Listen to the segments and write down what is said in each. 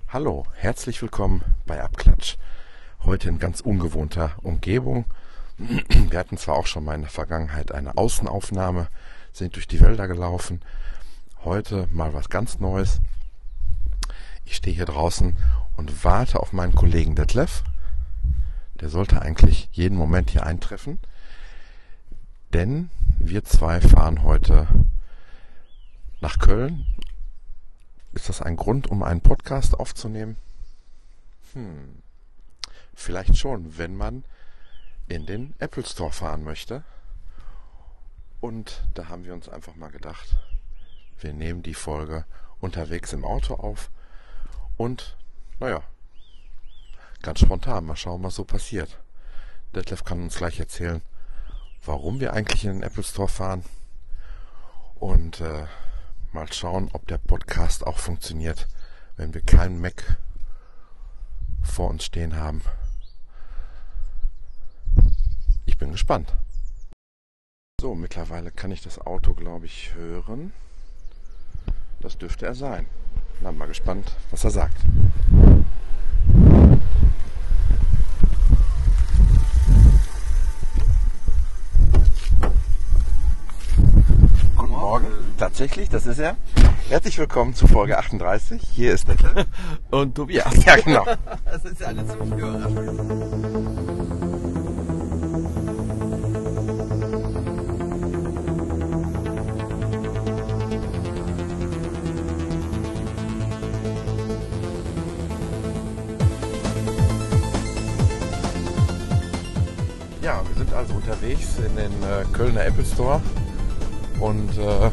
Hallo, herzlich willkommen bei Abklatsch. Heute in ganz ungewohnter Umgebung. Wir hatten zwar auch schon mal in der Vergangenheit eine Außenaufnahme, sind durch die Wälder gelaufen. Heute mal was ganz Neues. Ich stehe hier draußen und warte auf meinen Kollegen Detlef. Der sollte eigentlich jeden Moment hier eintreffen. Denn wir zwei fahren heute nach Köln. Ist das ein Grund, um einen Podcast aufzunehmen? Vielleicht schon, wenn man in den Apple Store fahren möchte. Und da haben wir uns einfach mal gedacht, wir nehmen die Folge unterwegs im Auto auf. Und, ganz spontan, mal schauen, was so passiert. Detlef kann uns gleich erzählen, warum wir eigentlich in den Apple Store fahren. Und mal schauen, ob der Podcast auch funktioniert, wenn wir keinen Mac vor uns stehen haben. Ich bin gespannt. So, mittlerweile kann ich das Auto, glaube ich, hören. Das dürfte er sein. Bin mal gespannt, was er sagt. Guten Morgen. Tatsächlich, das ist er. Herzlich willkommen zu Folge 38. Hier ist Detlef. Und Tobias. Ja, genau. Das ist ja alles ziemlich überraschend. Ja, wir sind also unterwegs in den Kölner Apple Store und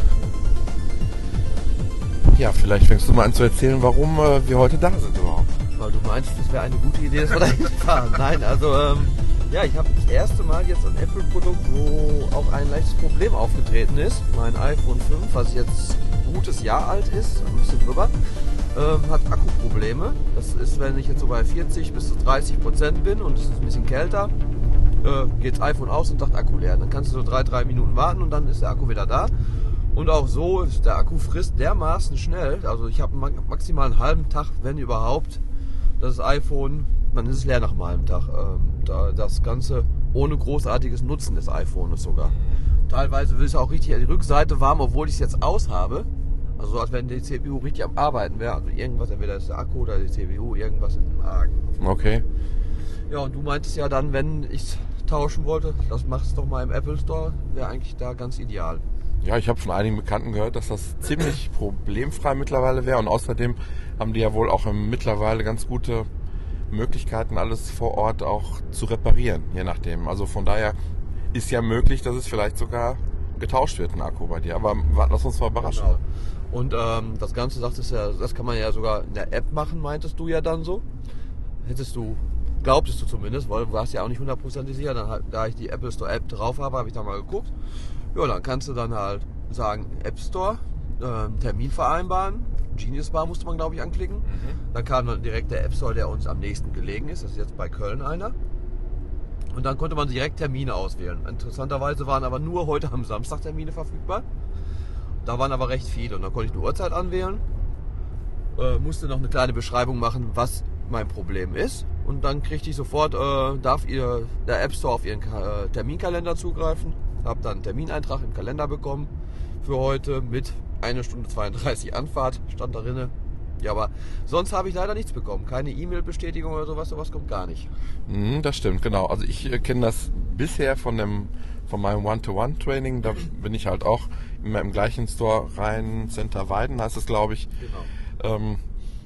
vielleicht fängst du mal an zu erzählen, warum wir heute da sind überhaupt. Weil du meinst, das wäre eine gute Idee, dass wir da hinfahren. Nein, also ich habe das erste Mal jetzt ein Apple-Produkt, wo auch ein leichtes Problem aufgetreten ist. Mein iPhone 5, was jetzt ein gutes Jahr alt ist, ein bisschen drüber, hat Akkuprobleme. Das ist, wenn ich jetzt so bei 40 bis zu 30% bin und es ist ein bisschen kälter, geht das iPhone aus und sagt Akku leer. Dann kannst du so 3 Minuten warten und dann ist der Akku wieder da. Und auch so ist der Akku frisst dermaßen schnell. Also ich habe maximal einen halben Tag, wenn überhaupt, das iPhone, dann ist es leer nach einem halben Tag. Das Ganze ohne großartiges Nutzen des iPhones sogar. Teilweise will es auch richtig an die Rückseite warm, obwohl ich es jetzt aus habe. Also so, als wenn die CPU richtig am Arbeiten wäre. Also irgendwas, entweder ist der Akku oder die CPU, irgendwas in dem Argen. Okay. Ja, und du meintest ja dann, wenn ich es tauschen wollte, das machst du doch mal im Apple Store, wäre eigentlich da ganz ideal. Ja, ich habe von einigen Bekannten gehört, dass das ziemlich problemfrei mittlerweile wäre und außerdem haben die ja wohl auch mittlerweile ganz gute Möglichkeiten, alles vor Ort auch zu reparieren, je nachdem. Also von daher ist ja möglich, dass es vielleicht sogar getauscht wird, ein Akku bei dir. Aber lass uns mal überraschen. Genau. Und das Ganze, sagtest ja, das kann man ja sogar in der App machen, meintest du ja dann so. Glaubtest du zumindest, weil du warst ja auch nicht 100% sicher. Dann, da ich die Apple Store App drauf habe ich da mal geguckt. Ja, dann kannst du dann halt sagen, App Store, Termin vereinbaren. Genius Bar musste man, glaube ich, anklicken. Dann kam dann direkt der App Store, der uns am nächsten gelegen ist. Das ist jetzt bei Köln einer. Und dann konnte man direkt Termine auswählen. Interessanterweise waren aber nur heute am Samstag Termine verfügbar. Da waren aber recht viele. Und dann konnte ich eine Uhrzeit anwählen. Musste noch eine kleine Beschreibung machen, was mein Problem ist. Und dann kriegte ich sofort, darf der App Store auf Ihren Terminkalender zugreifen. Habe dann einen Termineintrag im Kalender bekommen für heute mit 1 Stunde 32 Anfahrt, stand darinne. Ja, aber sonst habe ich leider nichts bekommen. Keine E-Mail-Bestätigung oder sowas kommt gar nicht. Das stimmt, genau. Also ich kenne das bisher von meinem One-to-One-Training. Da bin ich halt auch immer im gleichen Store rein, Center Weiden heißt es, glaube ich. Genau.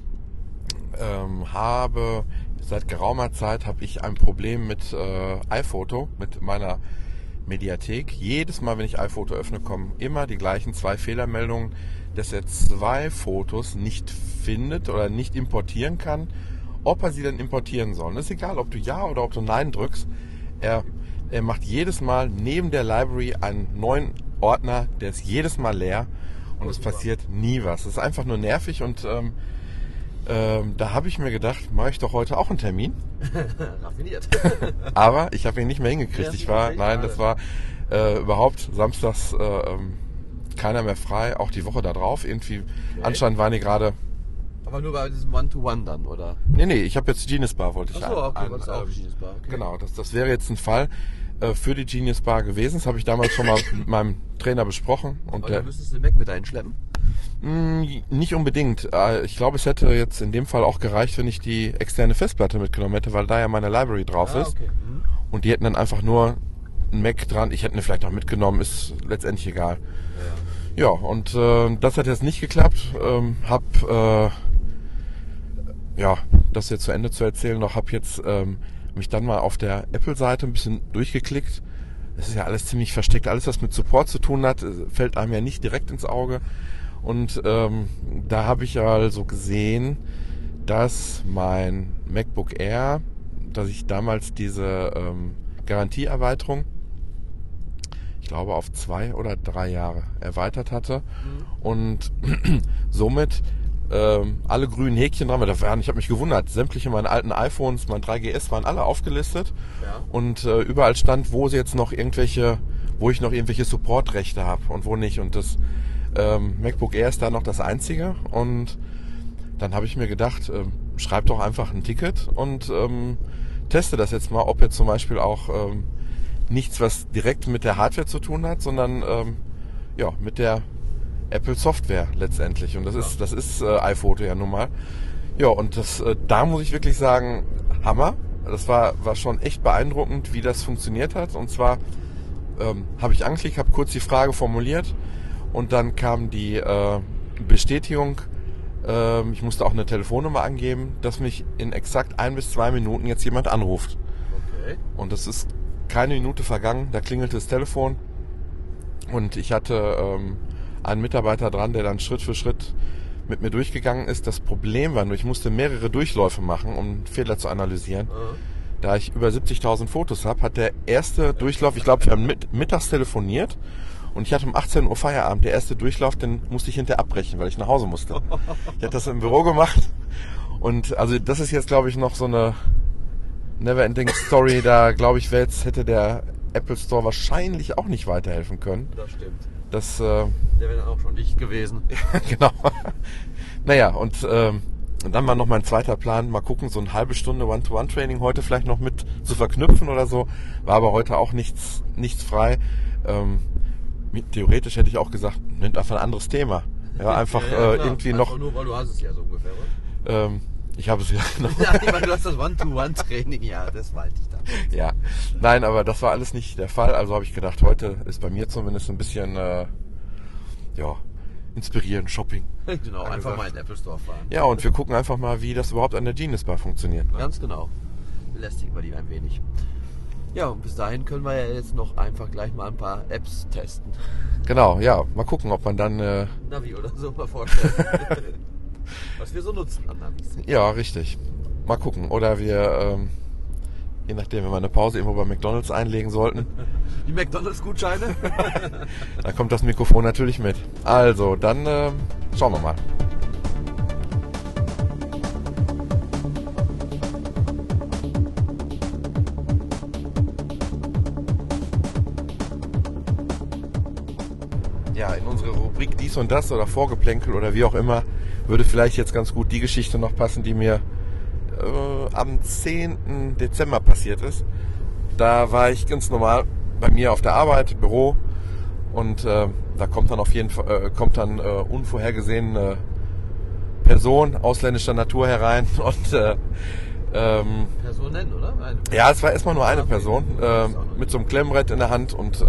Seit geraumer Zeit habe ich ein Problem mit iPhoto, mit meiner Mediathek. Jedes Mal, wenn ich iPhoto öffne, kommen immer die gleichen 2 Fehlermeldungen, dass er 2 Fotos nicht findet oder nicht importieren kann, ob er sie dann importieren soll. Es ist egal, ob du Ja oder ob du Nein drückst. Er macht jedes Mal neben der Library einen neuen Ordner, der ist jedes Mal leer und es passiert nie was. Es ist einfach nur nervig und da habe ich mir gedacht, mache ich doch heute auch einen Termin. Raffiniert. Aber ich habe ihn nicht mehr hingekriegt. Das war überhaupt samstags keiner mehr frei, auch die Woche da drauf. Irgendwie, okay. Anscheinend waren die gerade Aber nur bei diesem One-to-One dann, oder? Nee, ich habe jetzt Genius Bar, wollte ich Achso, okay, was auch Genius Bar. Okay. Genau, das wäre jetzt ein Fall für die Genius Bar gewesen. Das habe ich damals schon mal mit meinem Trainer besprochen. Und du müsstest den Mac mit einschleppen? Nicht unbedingt. Ich glaube, es hätte jetzt in dem Fall auch gereicht, wenn ich die externe Festplatte mitgenommen hätte, weil da ja meine Library drauf ist. Okay. Und die hätten dann einfach nur ein Mac dran. Ich hätte ihn vielleicht auch mitgenommen, ist letztendlich egal. Ja, und das hat jetzt nicht geklappt. Das jetzt zu Ende zu erzählen noch, habe jetzt mich dann mal auf der Apple-Seite ein bisschen durchgeklickt. Das ist ja alles ziemlich versteckt. Alles, was mit Support zu tun hat, fällt einem ja nicht direkt ins Auge. Und da habe ich also gesehen, dass mein MacBook Air, dass ich damals diese Garantieerweiterung, ich glaube auf 2 oder 3 Jahre erweitert hatte und somit alle grünen Häkchen dran, ich habe mich gewundert, sämtliche meine alten iPhones, mein 3GS waren alle aufgelistet und überall stand, wo ich noch irgendwelche Supportrechte habe und wo nicht, und das MacBook Air ist da noch das einzige, und dann habe ich mir gedacht, schreib doch einfach ein Ticket und teste das jetzt mal, ob jetzt zum Beispiel auch nichts, was direkt mit der Hardware zu tun hat, sondern mit der Apple Software letztendlich. Und das ist iPhoto ja nun mal. Ja, und da muss ich wirklich sagen, Hammer. Das war schon echt beeindruckend, wie das funktioniert hat. Und zwar habe ich angeklickt, habe kurz die Frage formuliert und dann kam die Bestätigung, ich musste auch eine Telefonnummer angeben, dass mich in exakt 1 bis 2 Minuten jetzt jemand anruft. Okay. Und es ist keine Minute vergangen, da klingelte das Telefon und ich hatte einen Mitarbeiter dran, der dann Schritt für Schritt mit mir durchgegangen ist. Das Problem war nur, ich musste mehrere Durchläufe machen, um Fehler zu analysieren. Da ich über 70.000 Fotos habe, hat der erste Durchlauf, ich glaube, wir haben mittags telefoniert und ich hatte um 18 Uhr Feierabend. Der erste Durchlauf, den musste ich hinterher abbrechen, weil ich nach Hause musste. Ich hatte das im Büro gemacht und also das ist jetzt, glaube ich, noch so eine Never-Ending Story. Da, glaube ich, hätte der Apple Store wahrscheinlich auch nicht weiterhelfen können. Das stimmt. Der wäre dann auch schon dicht gewesen. Genau. Naja, und dann war noch mein zweiter Plan, mal gucken, so eine halbe Stunde One-to-One-Training heute vielleicht noch mit zu verknüpfen oder so. War aber heute auch nichts Ja, frei. Theoretisch hätte ich auch gesagt, nimmt einfach ein anderes Thema. Ja, einfach irgendwie noch... Nur weil du hast es ja so ungefähr, oder? Ich habe es ja noch. Ja, ich meine, du hast das One-to-One-Training, ja, das weiß ich dann. Ja, nein, aber das war alles nicht der Fall. Also habe ich gedacht, heute ist bei mir zumindest ein bisschen, inspirieren, Shopping. Genau, einfach mal in den Apple Store fahren. Ja, und wir gucken einfach mal, wie das überhaupt an der Genius Bar funktioniert. Ne? Ganz genau. Belästigen wir die ein wenig. Ja, und bis dahin können wir ja jetzt noch einfach gleich mal ein paar Apps testen. Genau, ja, mal gucken, ob man dann... Navi oder so mal vorstellen. Was wir so nutzen an Navis. Ja, richtig. Mal gucken. Oder wir, je nachdem, wenn wir eine Pause irgendwo bei McDonald's einlegen sollten. Die McDonald's-Gutscheine? Dann kommt das Mikrofon natürlich mit. Also, dann schauen wir mal. Ja, in unsere Rubrik dies und das oder Vorgeplänkel oder wie auch immer würde vielleicht jetzt ganz gut die Geschichte noch passen, die mir am 10. Dezember passiert ist. Da war ich ganz normal bei mir auf der Arbeit, Büro, und da kommt dann auf jeden Fall unvorhergesehen eine Person ausländischer Natur herein und Person nennen, oder? Ja, es war erstmal nur eine Person mit so einem Klemmbrett in der Hand und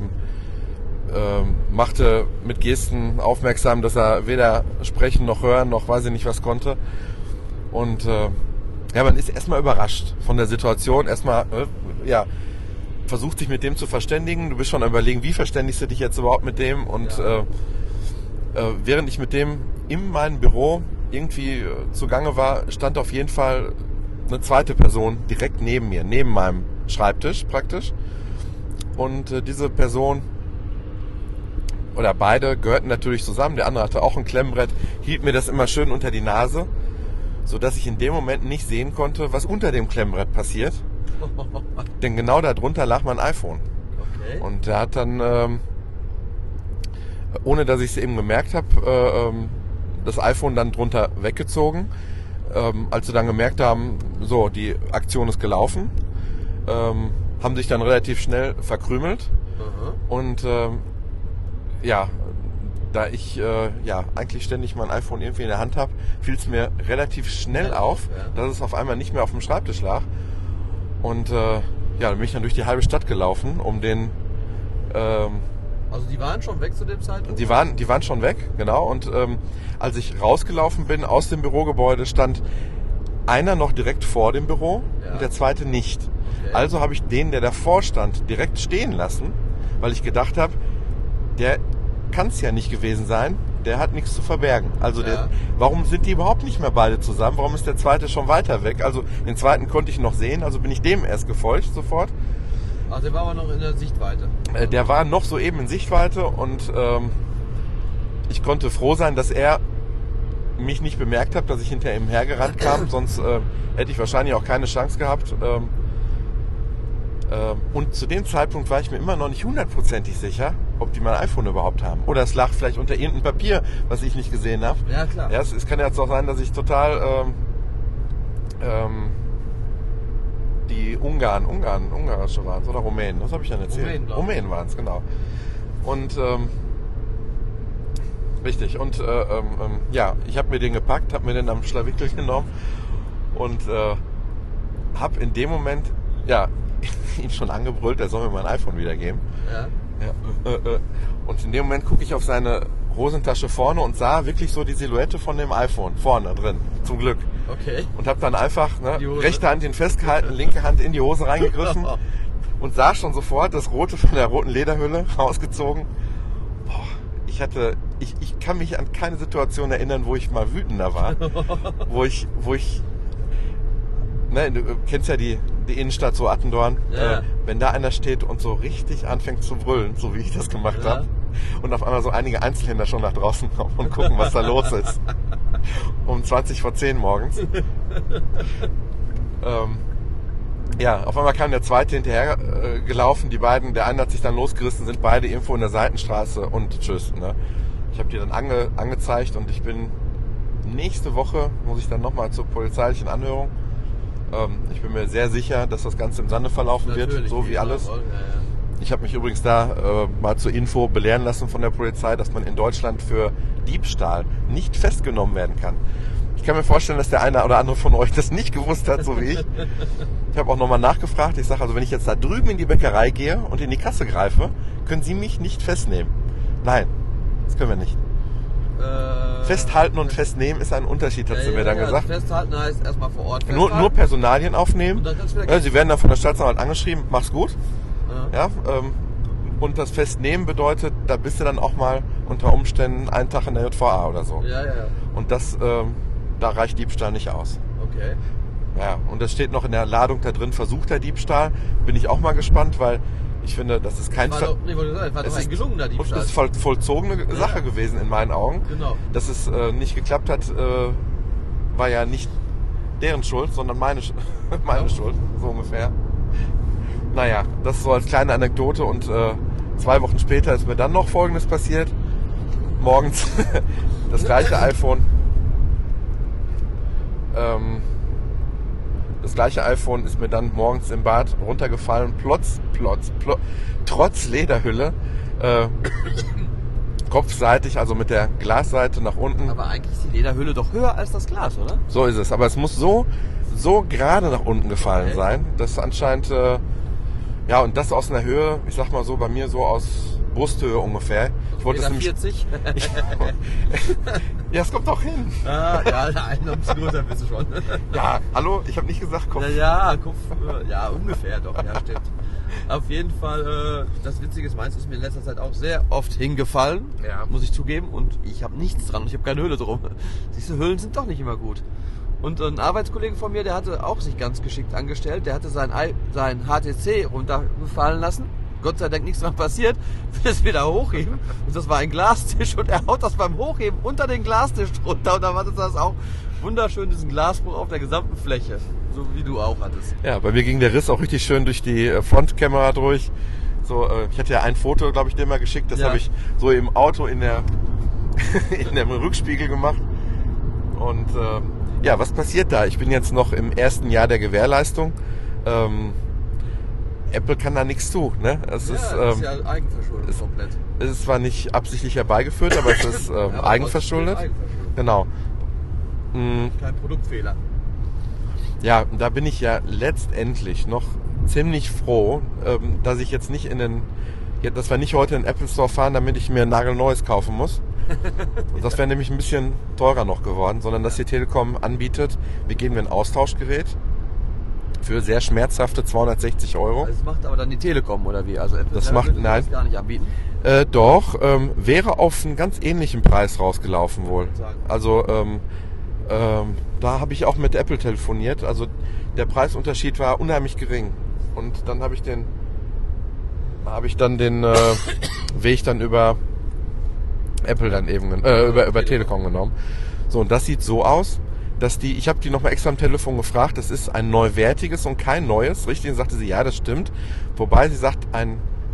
machte mit Gesten aufmerksam, dass er weder sprechen noch hören noch weiß ich nicht was konnte. Und man ist erstmal überrascht von der Situation. Erstmal versucht sich mit dem zu verständigen. Du bist schon am Überlegen, wie verständigst du dich jetzt überhaupt mit dem? Und während ich mit dem in meinem Büro irgendwie zugange war, stand auf jeden Fall eine zweite Person direkt neben mir, neben meinem Schreibtisch praktisch. Und diese Person oder beide gehörten natürlich zusammen. Der andere hatte auch ein Klemmbrett, hielt mir das immer schön unter die Nase, sodass ich in dem Moment nicht sehen konnte, was unter dem Klemmbrett passiert. Denn genau darunter lag mein iPhone. Okay. Und er hat dann, ohne dass ich es eben gemerkt habe, das iPhone dann drunter weggezogen. Als sie dann gemerkt haben, so, die Aktion ist gelaufen, haben sich dann relativ schnell verkrümelt. Und da ich eigentlich ständig mein iPhone irgendwie in der Hand habe, fiel es mir relativ schnell auf, dass es auf einmal nicht mehr auf dem Schreibtisch lag. Und dann bin ich dann durch die halbe Stadt gelaufen, um den... Also die waren schon weg zu dem Zeitpunkt? Die waren schon weg, genau. Und als ich rausgelaufen bin aus dem Bürogebäude, stand einer noch direkt vor dem Büro und der zweite nicht. Okay. Also habe ich den, der davor stand, direkt stehen lassen, weil ich gedacht habe, der kann es ja nicht gewesen sein, der hat nichts zu verbergen. Also warum sind die überhaupt nicht mehr beide zusammen? Warum ist der zweite schon weiter weg? Also den zweiten konnte ich noch sehen, also bin ich dem erst gefolgt sofort. Also der war aber noch in der Sichtweite? Der war noch soeben in Sichtweite und ich konnte froh sein, dass er mich nicht bemerkt hat, dass ich hinter ihm hergerannt kam, sonst hätte ich wahrscheinlich auch keine Chance gehabt. Und zu dem Zeitpunkt war ich mir immer noch nicht hundertprozentig sicher, ob die mein iPhone überhaupt haben. Oder es lag vielleicht unter irgendeinem Papier, was ich nicht gesehen habe. Ja, klar. Ja, es kann jetzt auch sein, dass ich total die ungarische waren es oder Rumänen, was habe ich denn erzählt? Rumänen waren es, genau. Und richtig, und ich habe mir den gepackt, habe mir den am Schlawickel genommen und habe in dem Moment ihn schon angebrüllt, er soll mir mein iPhone wiedergeben. Und in dem Moment gucke ich auf seine Hosentasche vorne und sah wirklich so die Silhouette von dem iPhone vorne drin, zum Glück. Okay. Und habe dann einfach rechte Hand ihn festgehalten, linke Hand in die Hose reingegriffen und sah schon sofort das Rote von der roten Lederhülle rausgezogen. Boah, ich kann mich an keine Situation erinnern, wo ich mal wütender war. wo ich du kennst ja die Innenstadt, so Attendorn, wenn da einer steht und so richtig anfängt zu brüllen, so wie ich das gemacht habe, und auf einmal so einige Einzelhändler schon nach draußen kommen und gucken, was da los ist. Um 20:10 morgens. Auf einmal kam der zweite hinterher gelaufen, die beiden, der eine hat sich dann losgerissen, sind beide irgendwo in der Seitenstraße und tschüss. Ne? Ich habe die dann angezeigt und ich bin nächste Woche, muss ich dann nochmal zur polizeilichen Anhörung. Ich bin mir sehr sicher, dass das Ganze im Sande verlaufen wird, so wie alles. Ich habe mich übrigens da mal zur Info belehren lassen von der Polizei, dass man in Deutschland für Diebstahl nicht festgenommen werden kann. Ich kann mir vorstellen, dass der eine oder andere von euch das nicht gewusst hat, so wie ich. Ich habe auch nochmal nachgefragt. Ich sage, also wenn ich jetzt da drüben in die Bäckerei gehe und in die Kasse greife, können Sie mich nicht festnehmen. Nein, das können wir nicht. Festhalten und festnehmen ist ein Unterschied, hat sie mir dann gesagt. Festhalten heißt erstmal vor Ort festhalten. Nur Personalien aufnehmen. Sie werden dann von der Staatsanwalt angeschrieben, mach's gut. Und das Festnehmen bedeutet, da bist du dann auch mal unter Umständen einen Tag in der JVA oder so. Und das, da reicht Diebstahl nicht aus. Okay. Ja, und das steht noch in der Ladung da drin, versuchter Diebstahl. Bin ich auch mal gespannt, weil ich finde, das ist kein... war doch ein gelungener Diebstahl. Das ist vollzogene Sache gewesen in meinen Augen. Genau. Dass es nicht geklappt hat, war ja nicht deren Schuld, sondern meine Schuld, so ungefähr. Naja, das so als kleine Anekdote und 2 Wochen später ist mir dann noch Folgendes passiert. Morgens das gleiche iPhone. Das gleiche iPhone ist mir dann morgens im Bad runtergefallen, trotz Lederhülle, kopfseitig, also mit der Glasseite nach unten. Aber eigentlich ist die Lederhülle doch höher als das Glas, oder? So ist es, aber es muss so gerade nach unten gefallen sein, dass anscheinend, und das aus einer Höhe, ich sag mal so, bei mir so aus Brusthöhe ungefähr. Ich wollte es 40? Ja, es kommt doch hin. Nein, ein bisschen größer bist du schon. Ja, hallo, ich habe nicht gesagt Kopf. Ungefähr doch, ja, stimmt. Auf jeden Fall, das Witzige ist, meins ist mir in letzter Zeit auch sehr oft hingefallen, muss ich zugeben, und ich habe nichts dran, ich habe keine Hülle drum. Siehst du, Hüllen sind doch nicht immer gut. Und ein Arbeitskollege von mir, der hatte auch sich ganz geschickt angestellt, der hatte sein HTC runtergefallen lassen. Gott sei Dank nichts dran passiert, will es wieder hochheben. Und das war ein Glastisch und er haut das beim Hochheben unter den Glastisch runter. Und dann war das auch wunderschön, diesen Glasbruch auf der gesamten Fläche. So wie du auch hattest. Ja, bei mir ging der Riss auch richtig schön durch die Frontkamera durch. So, ich hatte ja ein Foto, glaube ich, dir mal geschickt. Das habe ich so im Auto in dem Rückspiegel gemacht. Und ja, was passiert da? Ich bin jetzt noch im ersten Jahr der Gewährleistung. Apple kann da nichts zu. Ne? Das ist ja Eigenverschulden komplett. Es ist zwar nicht absichtlich herbeigeführt, aber es ist eigenverschuldet. Genau. Kein Produktfehler. Ja, da bin ich ja letztendlich noch ziemlich froh, dass ich jetzt nicht dass wir nicht heute in den Apple Store fahren, damit ich mir ein nagelneues kaufen muss. Und das wäre nämlich ein bisschen teurer noch geworden, sondern dass die Telekom anbietet, wir geben dir ein Austauschgerät für sehr schmerzhafte 260 €. Das macht aber dann die Telekom, oder wie? Also Apple das macht, nein, das gar nicht anbieten? Doch, wäre auf einen ganz ähnlichen Preis rausgelaufen wohl. Also da habe ich auch mit Apple telefoniert. Also der Preisunterschied war unheimlich gering. Und dann habe ich den Weg dann über Apple dann eben über Telekom genommen. So, und das sieht so aus, dass ich habe die nochmal extra am Telefon gefragt, das ist ein neuwertiges und kein neues. Richtig, und sagte sie, ja, das stimmt. Wobei sie sagt, ein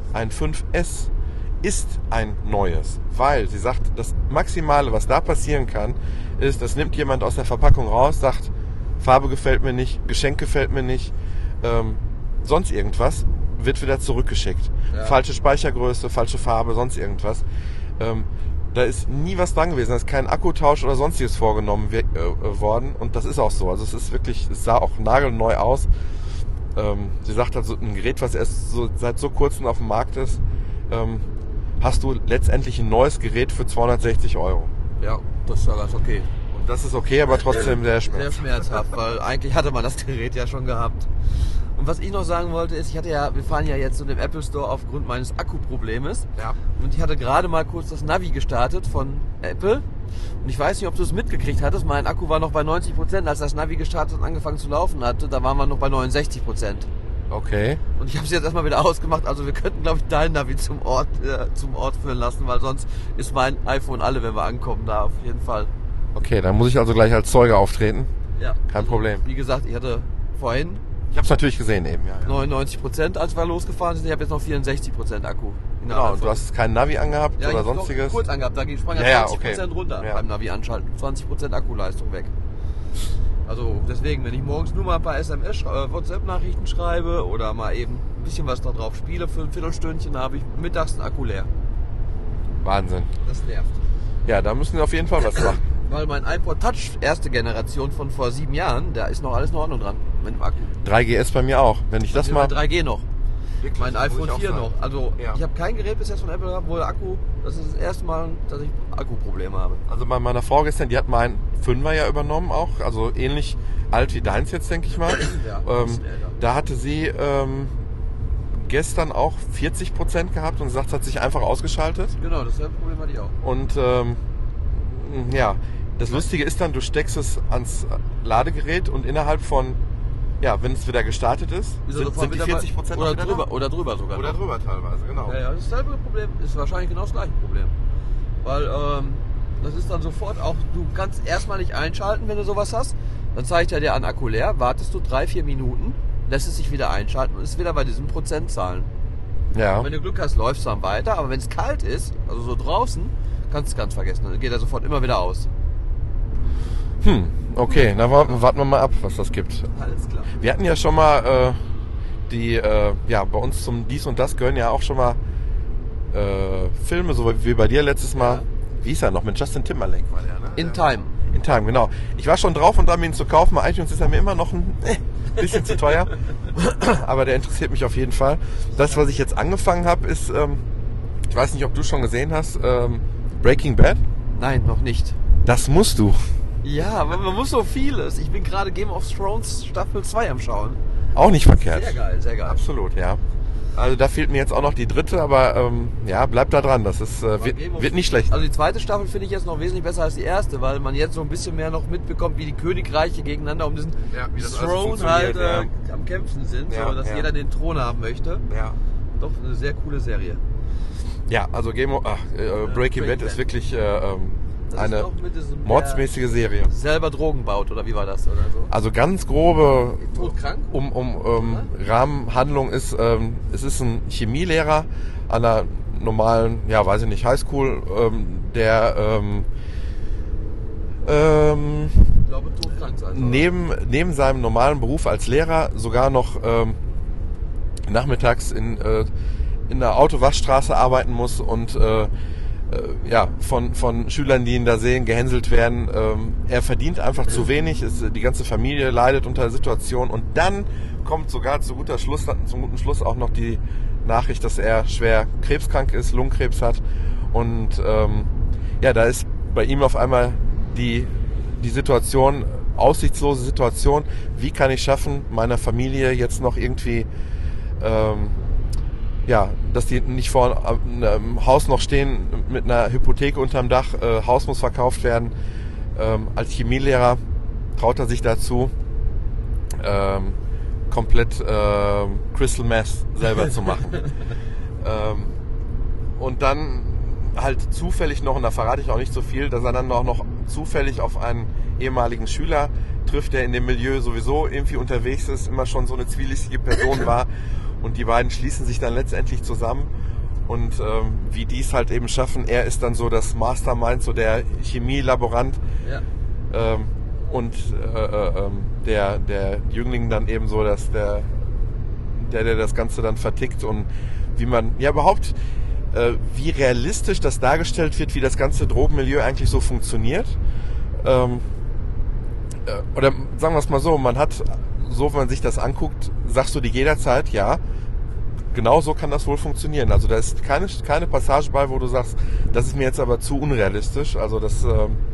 5S ist ein neues, weil sie sagt, das Maximale, was da passieren kann, ist, das nimmt jemand aus der Verpackung raus, sagt, Farbe gefällt mir nicht, Geschenk gefällt mir nicht, sonst irgendwas, wird wieder zurückgeschickt. Ja. Falsche Speichergröße, falsche Farbe, sonst irgendwas. Da ist nie was dran gewesen, da ist kein Akkutausch oder sonstiges vorgenommen worden und das ist auch so. Also es sah auch nagelneu aus. Sie sagt also, ein Gerät, was erst seit so kurzem auf dem Markt ist, hast du letztendlich ein neues Gerät für 260 €. Ja, das ist ja ganz okay. Und das ist okay, aber trotzdem sehr schmerzhaft. Sehr schmerzhaft, weil eigentlich hatte man das Gerät ja schon gehabt. Und was ich noch sagen wollte ist, wir fahren ja jetzt in dem Apple Store aufgrund meines Akkuproblemes. Ja. Und ich hatte gerade mal kurz das Navi gestartet von Apple. Und ich weiß nicht, ob du es mitgekriegt hattest. Mein Akku war noch bei 90%, als das Navi gestartet und angefangen zu laufen hatte. Da waren wir noch bei 69%. Okay. Und ich habe es jetzt erstmal wieder ausgemacht. Also wir könnten, glaube ich, dein Navi zum Ort führen lassen, weil sonst ist mein iPhone alle, wenn wir ankommen, da auf jeden Fall. Okay, dann muss ich also gleich als Zeuge auftreten. Ja. Kein Problem. Wie gesagt, ich hatte vorhin... Ich habe es natürlich gesehen eben, ja. 99%, als wir losgefahren sind. Ich habe jetzt noch 64% Akku. Genau, und du hast kein Navi angehabt ja, oder ich sonstiges? Kurz angehabt, da sprang ja 20% runter beim Navi anschalten. 20% Akkuleistung weg. Also deswegen, wenn ich morgens nur mal ein paar SMS, WhatsApp-Nachrichten schreibe oder mal eben ein bisschen was da drauf spiele für ein Viertelstündchen, habe ich mittags einen Akku leer. Wahnsinn. Das nervt. Ja, da müssen wir auf jeden Fall was machen. Weil mein iPod Touch, erste Generation von vor 7 Jahren, da ist noch alles in Ordnung dran mit dem Akku. 3GS bei mir auch. Wenn ich das mal... 3G noch. Wirklich? Mein iPhone 4 noch. Also ja. Ich habe kein Gerät bis jetzt von Apple gehabt, wo der Akku, das ist das erste Mal, dass ich Akkuprobleme habe. Also bei meiner Frau gestern, die hat meinen 5er ja übernommen auch, also ähnlich alt wie deins jetzt, denke ich mal. Ja, da hatte sie gestern auch 40% gehabt und sagt, es hat sich einfach ausgeschaltet. Genau, dasselbe Problem hatte ich auch. Und ja, das Lustige ist dann, du steckst es ans Ladegerät und innerhalb von, ja, wenn es wieder gestartet ist, sind die 40% oder drüber, oder drüber sogar. Oder drüber teilweise, genau. Ja, dasselbe Problem ist wahrscheinlich genau das gleiche Problem. Weil das ist dann sofort auch, du kannst erstmal nicht einschalten, wenn du sowas hast. Dann zeigt er dir an Akku leer, wartest du 3-4 Minuten, lässt es sich wieder einschalten und ist wieder bei diesen Prozentzahlen. Ja. Und wenn du Glück hast, läuft es dann weiter, aber wenn es kalt ist, also so draußen, kannst du es ganz vergessen. Dann geht er sofort immer wieder aus. Okay, dann warten wir mal ab, was das gibt. Alles klar. Wir hatten ja schon mal bei uns zum Dies und Das gehören ja auch schon mal Filme, so wie bei dir letztes Mal. Ja. Wie hieß er noch? Mit Justin Timberlake war der, ne? In Time. In Time, genau. Ich war schon drauf und dran, ihn zu kaufen. Bei iTunes ist er mir immer noch ein bisschen zu teuer. Aber der interessiert mich auf jeden Fall. Das, was ich jetzt angefangen habe, ist, ich weiß nicht, ob du schon gesehen hast, Breaking Bad? Nein, noch nicht. Das musst du. Ja, aber man muss so vieles. Ich bin gerade Game of Thrones Staffel 2 am Schauen. Auch nicht verkehrt. Sehr geil, sehr geil. Absolut, ja. Also da fehlt mir jetzt auch noch die dritte, aber ja, bleib da dran. Das ist, wird nicht schlecht. Also die zweite Staffel finde ich jetzt noch wesentlich besser als die erste, weil man jetzt so ein bisschen mehr noch mitbekommt, wie die Königreiche gegeneinander um diesen Throne halt am Kämpfen sind, so, dass jeder den Thron haben möchte. Ja. Doch eine sehr coole Serie. Ja, also Breaking Bad ist wirklich eine mordsmäßige Serie. Selber Drogen baut, oder wie war das? Oder so? Also ganz grobe Todkrank? Rahmenhandlung ist, es ist ein Chemielehrer an einer normalen, ja weiß ich nicht, Highschool, der Ich glaube, todkrank sein. Neben seinem normalen Beruf als Lehrer sogar noch nachmittags in der Autowaschstraße arbeiten muss und von Schülern, die ihn da sehen, gehänselt werden. Er verdient einfach zu wenig, die ganze Familie leidet unter der Situation und dann kommt sogar zum guten Schluss auch noch die Nachricht, dass er schwer krebskrank ist, Lungenkrebs hat und da ist bei ihm auf einmal die Situation, aussichtslose Situation, wie kann ich schaffen, meiner Familie jetzt noch irgendwie dass die nicht vor einem Haus noch stehen mit einer Hypothek unterm Dach, Haus muss verkauft werden. Als Chemielehrer traut er sich dazu, komplett Crystal Meth selber zu machen. Und dann halt zufällig noch, und da verrate ich auch nicht so viel, dass er dann auch noch zufällig auf einen ehemaligen Schüler trifft, der in dem Milieu sowieso irgendwie unterwegs ist, immer schon so eine zwielichtige Person war. Und die beiden schließen sich dann letztendlich zusammen und wie die es halt eben schaffen, er ist dann so das Mastermind, so der Chemielaborant und der Jüngling dann eben so, dass der das Ganze dann vertickt und wie man überhaupt wie realistisch das dargestellt wird, wie das ganze Drogenmilieu eigentlich so funktioniert. Oder sagen wir es mal so, man hat, so wenn man sich das anguckt, sagst du dir jederzeit, ja, genau so kann das wohl funktionieren. Also da ist keine Passage bei, wo du sagst, das ist mir jetzt aber zu unrealistisch. Also das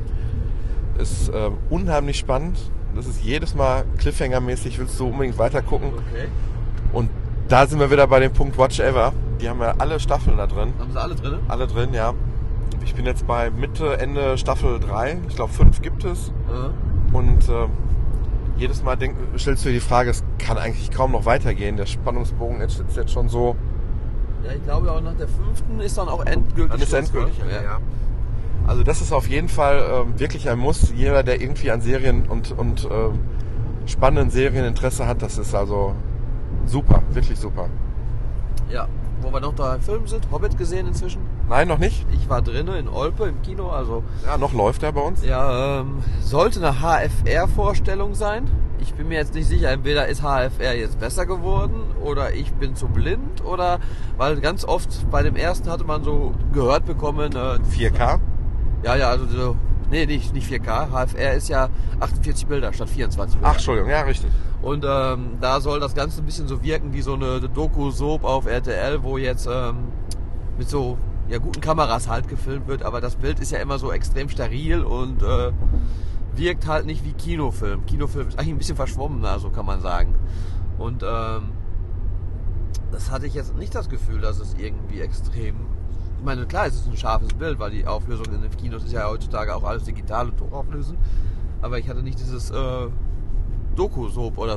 ist unheimlich spannend. Das ist jedes Mal Cliffhanger-mäßig, willst du unbedingt weiter gucken. Okay. Und da sind wir wieder bei dem Punkt Watch Ever. Die haben ja alle Staffeln da drin. Haben sie alle drin? Alle drin, ja. Ich bin jetzt bei Mitte, Ende Staffel 3. Ich glaube 5 gibt es. Und jedes Mal stellst du dir die Frage, es kann eigentlich kaum noch weitergehen. Der Spannungsbogen ist jetzt schon so. Ja, ich glaube auch nach der 5. ist dann auch endgültig. Dann ist endgültig, ja. Also das ist auf jeden Fall wirklich ein Muss. Jeder, der irgendwie an Serien und spannenden Serien Interesse hat, das ist also super, wirklich super. Ja, wo wir noch da im Film sind, Hobbit gesehen inzwischen? Nein, noch nicht. Ich war drinnen in Olpe im Kino, also... Ja, noch läuft er bei uns. Ja, sollte eine HFR-Vorstellung sein. Ich bin mir jetzt nicht sicher, entweder ist HFR jetzt besser geworden oder ich bin zu blind oder... Weil ganz oft bei dem ersten hatte man so gehört bekommen... 4K? Ja, also so... Nee, nicht 4K. HFR ist ja 48 Bilder statt 24 Bilder. Ach, Entschuldigung, ja, richtig. Und da soll das Ganze ein bisschen so wirken wie so eine Doku-Soap auf RTL, wo jetzt mit so guten Kameras halt gefilmt wird, aber das Bild ist ja immer so extrem steril und wirkt halt nicht wie Kinofilm. Kinofilm ist eigentlich ein bisschen verschwommener, so kann man sagen. Und das hatte ich jetzt nicht das Gefühl, dass es irgendwie extrem... Ich meine, klar, es ist ein scharfes Bild, weil die Auflösung in den Kinos ist ja heutzutage auch alles digital und hochauflösend. Aber ich hatte nicht dieses Doku-Soap oder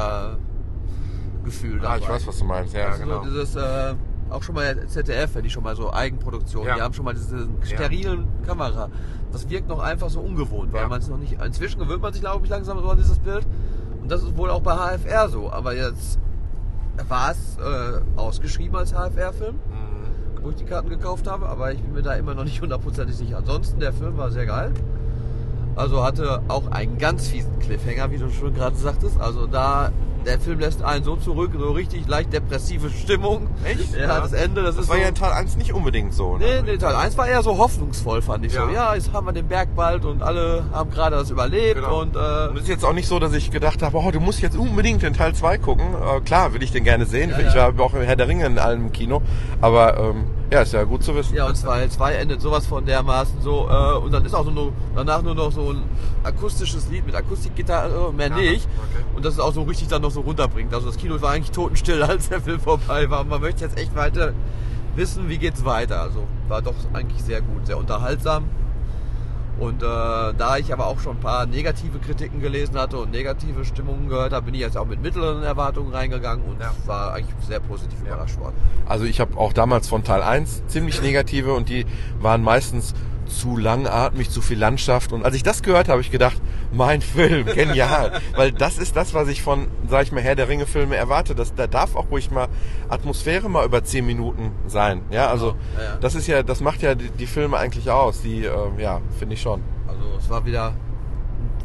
Soap-Gefühl dabei. Ich weiß, was du meinst, ja, also genau. Dieses, auch schon mal ZDF, wenn die schon mal so Eigenproduktionen, die haben schon mal diese sterilen Kamera. Das wirkt noch einfach so ungewohnt, weil man es noch nicht... Inzwischen gewöhnt man sich, glaube ich, langsam so an dieses Bild. Und das ist wohl auch bei HFR so. Aber jetzt war es ausgeschrieben als HFR-Film, wo ich die Karten gekauft habe, aber ich bin mir da immer noch nicht hundertprozentig sicher. Ansonsten, der Film war sehr geil. Also hatte auch einen ganz fiesen Cliffhanger, wie du schon gerade sagtest. Also der Film lässt einen so zurück, so richtig leicht depressive Stimmung. Echt? Ja, das Ende, das ist war so, ja in Teil 1 nicht unbedingt so. Ne? Nee, Teil 1 war eher so hoffnungsvoll, fand ich so. Ja, jetzt haben wir den Berg bald und alle haben gerade das überlebt. Genau. Und es ist jetzt auch nicht so, dass ich gedacht habe, du musst jetzt unbedingt den Teil 2 gucken. Klar, will ich den gerne sehen. Ich war auch im Herr der Ringe in allem im Kino. Aber ist ja gut zu wissen. Ja, und Teil 2 endet sowas von dermaßen so. Und dann ist auch danach nur noch so ein akustisches Lied mit Akustikgitarre, mehr nicht. Okay. Und das ist auch so richtig dann noch so runterbringt. Also das Kino war eigentlich totenstill, als der Film vorbei war. Und man möchte jetzt echt weiter wissen, wie geht's weiter. Also war doch eigentlich sehr gut, sehr unterhaltsam. Und da ich aber auch schon ein paar negative Kritiken gelesen hatte und negative Stimmungen gehört habe, bin ich jetzt auch mit mittleren Erwartungen reingegangen und war eigentlich sehr positiv überrascht worden. Also ich habe auch damals von Teil 1 ziemlich negative und die waren meistens zu langatmig, zu viel Landschaft. Und als ich das gehört habe, habe ich gedacht, mein Film, genial. Weil das ist das, was ich von, sag ich mal, Herr der Ringe-Filme erwarte. Da darf auch ruhig mal Atmosphäre mal über 10 Minuten sein. Ja, also das ist ja, das macht ja die Filme eigentlich aus. Die, finde ich schon. Also es war wieder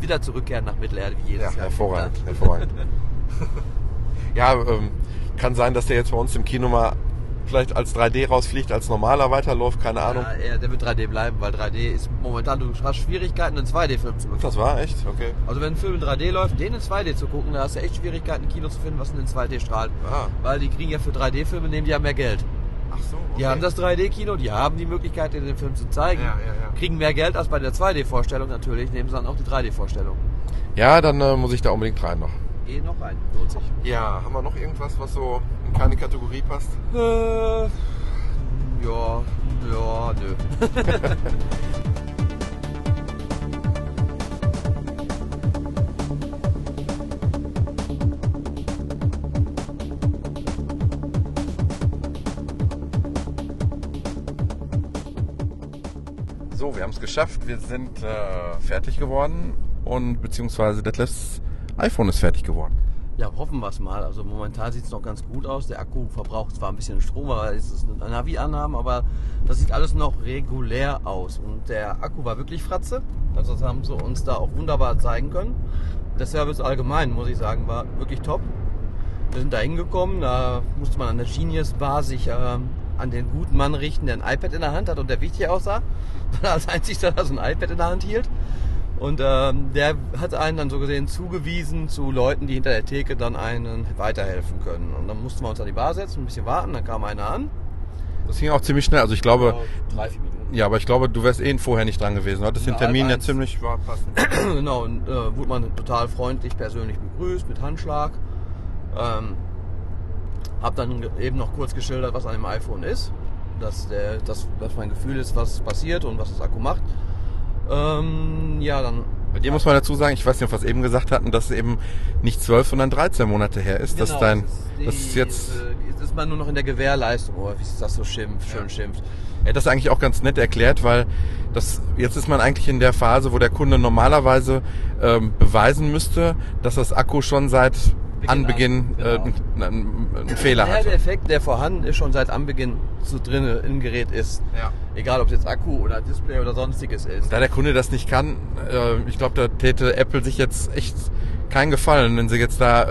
wieder zurückkehren nach Mittelerde wie jedes Jahr. Hervorragend. Ja, kann sein, dass der jetzt bei uns im Kino mal vielleicht als 3D rausfliegt, als normaler weiterläuft, keine Ahnung. Ja, der wird 3D bleiben, weil 3D ist momentan, du hast Schwierigkeiten, einen 2D-Film zu bekommen. Das war echt? Okay. Also wenn ein Film in 3D läuft, den in 2D zu gucken, da hast du echt Schwierigkeiten, ein Kino zu finden, was in 2D strahlt. Weil die kriegen ja für 3D-Filme, nehmen die ja mehr Geld. Ach so, okay. Die haben das 3D-Kino, die haben die Möglichkeit, den Film zu zeigen, kriegen mehr Geld als bei der 2D-Vorstellung natürlich, nehmen sie dann auch die 3D-Vorstellung. Ja, dann muss ich da unbedingt rein noch. Geh noch rein, lohnt sich. Ja, haben wir noch irgendwas, was so in keine Kategorie passt? Ja, nö. So, wir haben es geschafft. Wir sind fertig geworden und beziehungsweise Detlefs iPhone ist fertig geworden. Ja, hoffen wir es mal. Also momentan sieht es noch ganz gut aus. Der Akku verbraucht zwar ein bisschen Strom, weil es ist eine Navi-Annahmen, aber das sieht alles noch regulär aus. Und der Akku war wirklich Fratze. Also das haben sie uns da auch wunderbar zeigen können. Der Service allgemein, muss ich sagen, war wirklich top. Wir sind da hingekommen, da musste man an der Genius-Bar sich an den guten Mann richten, der ein iPad in der Hand hat und der wichtig aussah, weil er als einzigster so ein iPad in der Hand hielt. Und der hat einen dann so gesehen zugewiesen zu Leuten, die hinter der Theke dann einen weiterhelfen können. Und dann mussten wir uns an die Bar setzen, ein bisschen warten, dann kam einer an. Das ging auch ziemlich schnell, also ich glaube... 3-4 Minuten. Ja, aber ich glaube, du wärst vorher nicht dran gewesen. Du hattest den Termin ja ziemlich passend. Genau, und wurde man total freundlich, persönlich begrüßt, mit Handschlag. Hab dann eben noch kurz geschildert, was an dem iPhone ist. Dass mein Gefühl ist, was passiert und was das Akku macht. Ja, dann... Bei dir muss man dazu sagen, ich weiß nicht, was wir eben gesagt hatten, dass es eben nicht 12, sondern 13 Monate her ist. Genau, das ist jetzt... Jetzt ist man nur noch in der Gewährleistung, oder wie es das so schön schimpft. Er hat das eigentlich auch ganz nett erklärt, weil jetzt ist man eigentlich in der Phase, wo der Kunde normalerweise beweisen müsste, dass das Akku schon seit Anbeginn einen Fehler hat. Der Effekt, der vorhanden ist, schon seit Anbeginn so drin im Gerät ist. Ja. Egal, ob es jetzt Akku oder Display oder sonstiges ist. Da der Kunde das nicht kann, ich glaube, da täte Apple sich jetzt echt keinen Gefallen, wenn sie jetzt da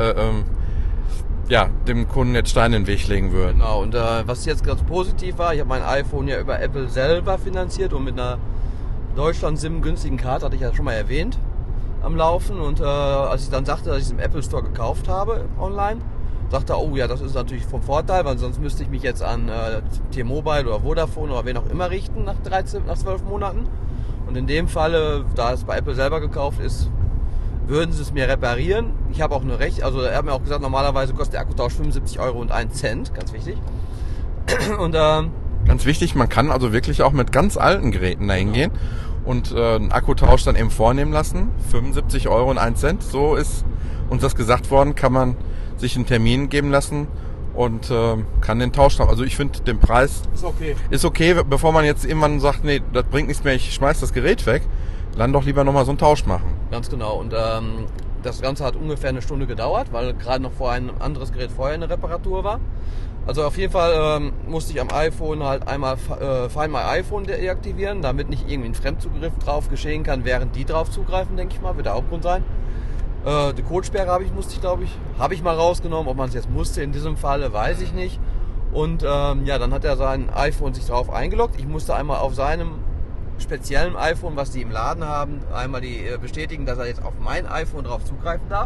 dem Kunden jetzt Steine in den Weg legen würden. Genau, und was jetzt ganz positiv war, ich habe mein iPhone ja über Apple selber finanziert und mit einer Deutschland-SIM günstigen Karte, hatte ich ja schon mal erwähnt, am Laufen. Und als ich dann sagte, dass ich es im Apple Store gekauft habe, online, sagte er, oh ja, das ist natürlich vom Vorteil, weil sonst müsste ich mich jetzt an T-Mobile oder Vodafone oder wen auch immer richten nach 12 Monaten. Und in dem Falle, da es bei Apple selber gekauft ist, würden sie es mir reparieren. Ich habe auch eine also er hat mir auch gesagt, normalerweise kostet der Akkutausch 75 Euro und 1 Cent, ganz wichtig. Und ganz wichtig, man kann also wirklich auch mit ganz alten Geräten dahin gehen und einen Akkutausch dann eben vornehmen lassen. 75 Euro und 1 Cent, so ist uns das gesagt worden, kann man sich einen Termin geben lassen und kann den Tausch haben. Also ich finde den Preis ist okay, bevor man jetzt irgendwann sagt, nee, das bringt nichts mehr, ich schmeiß das Gerät weg, dann doch lieber nochmal so einen Tausch machen. Ganz genau, und das Ganze hat ungefähr eine Stunde gedauert, weil gerade noch vorher ein anderes Gerät vorher eine Reparatur war. Also auf jeden Fall musste ich am iPhone halt einmal Find My iPhone deaktivieren, damit nicht irgendwie ein Fremdzugriff drauf geschehen kann, während die drauf zugreifen, denke ich mal, wird der Hauptgrund sein. Die Codesperre habe ich mal rausgenommen, ob man es jetzt musste in diesem Falle, weiß ich nicht. Und dann hat er sein iPhone sich drauf eingeloggt. Ich musste einmal auf seinem speziellen iPhone, was die im Laden haben, einmal bestätigen, dass er jetzt auf mein iPhone drauf zugreifen darf.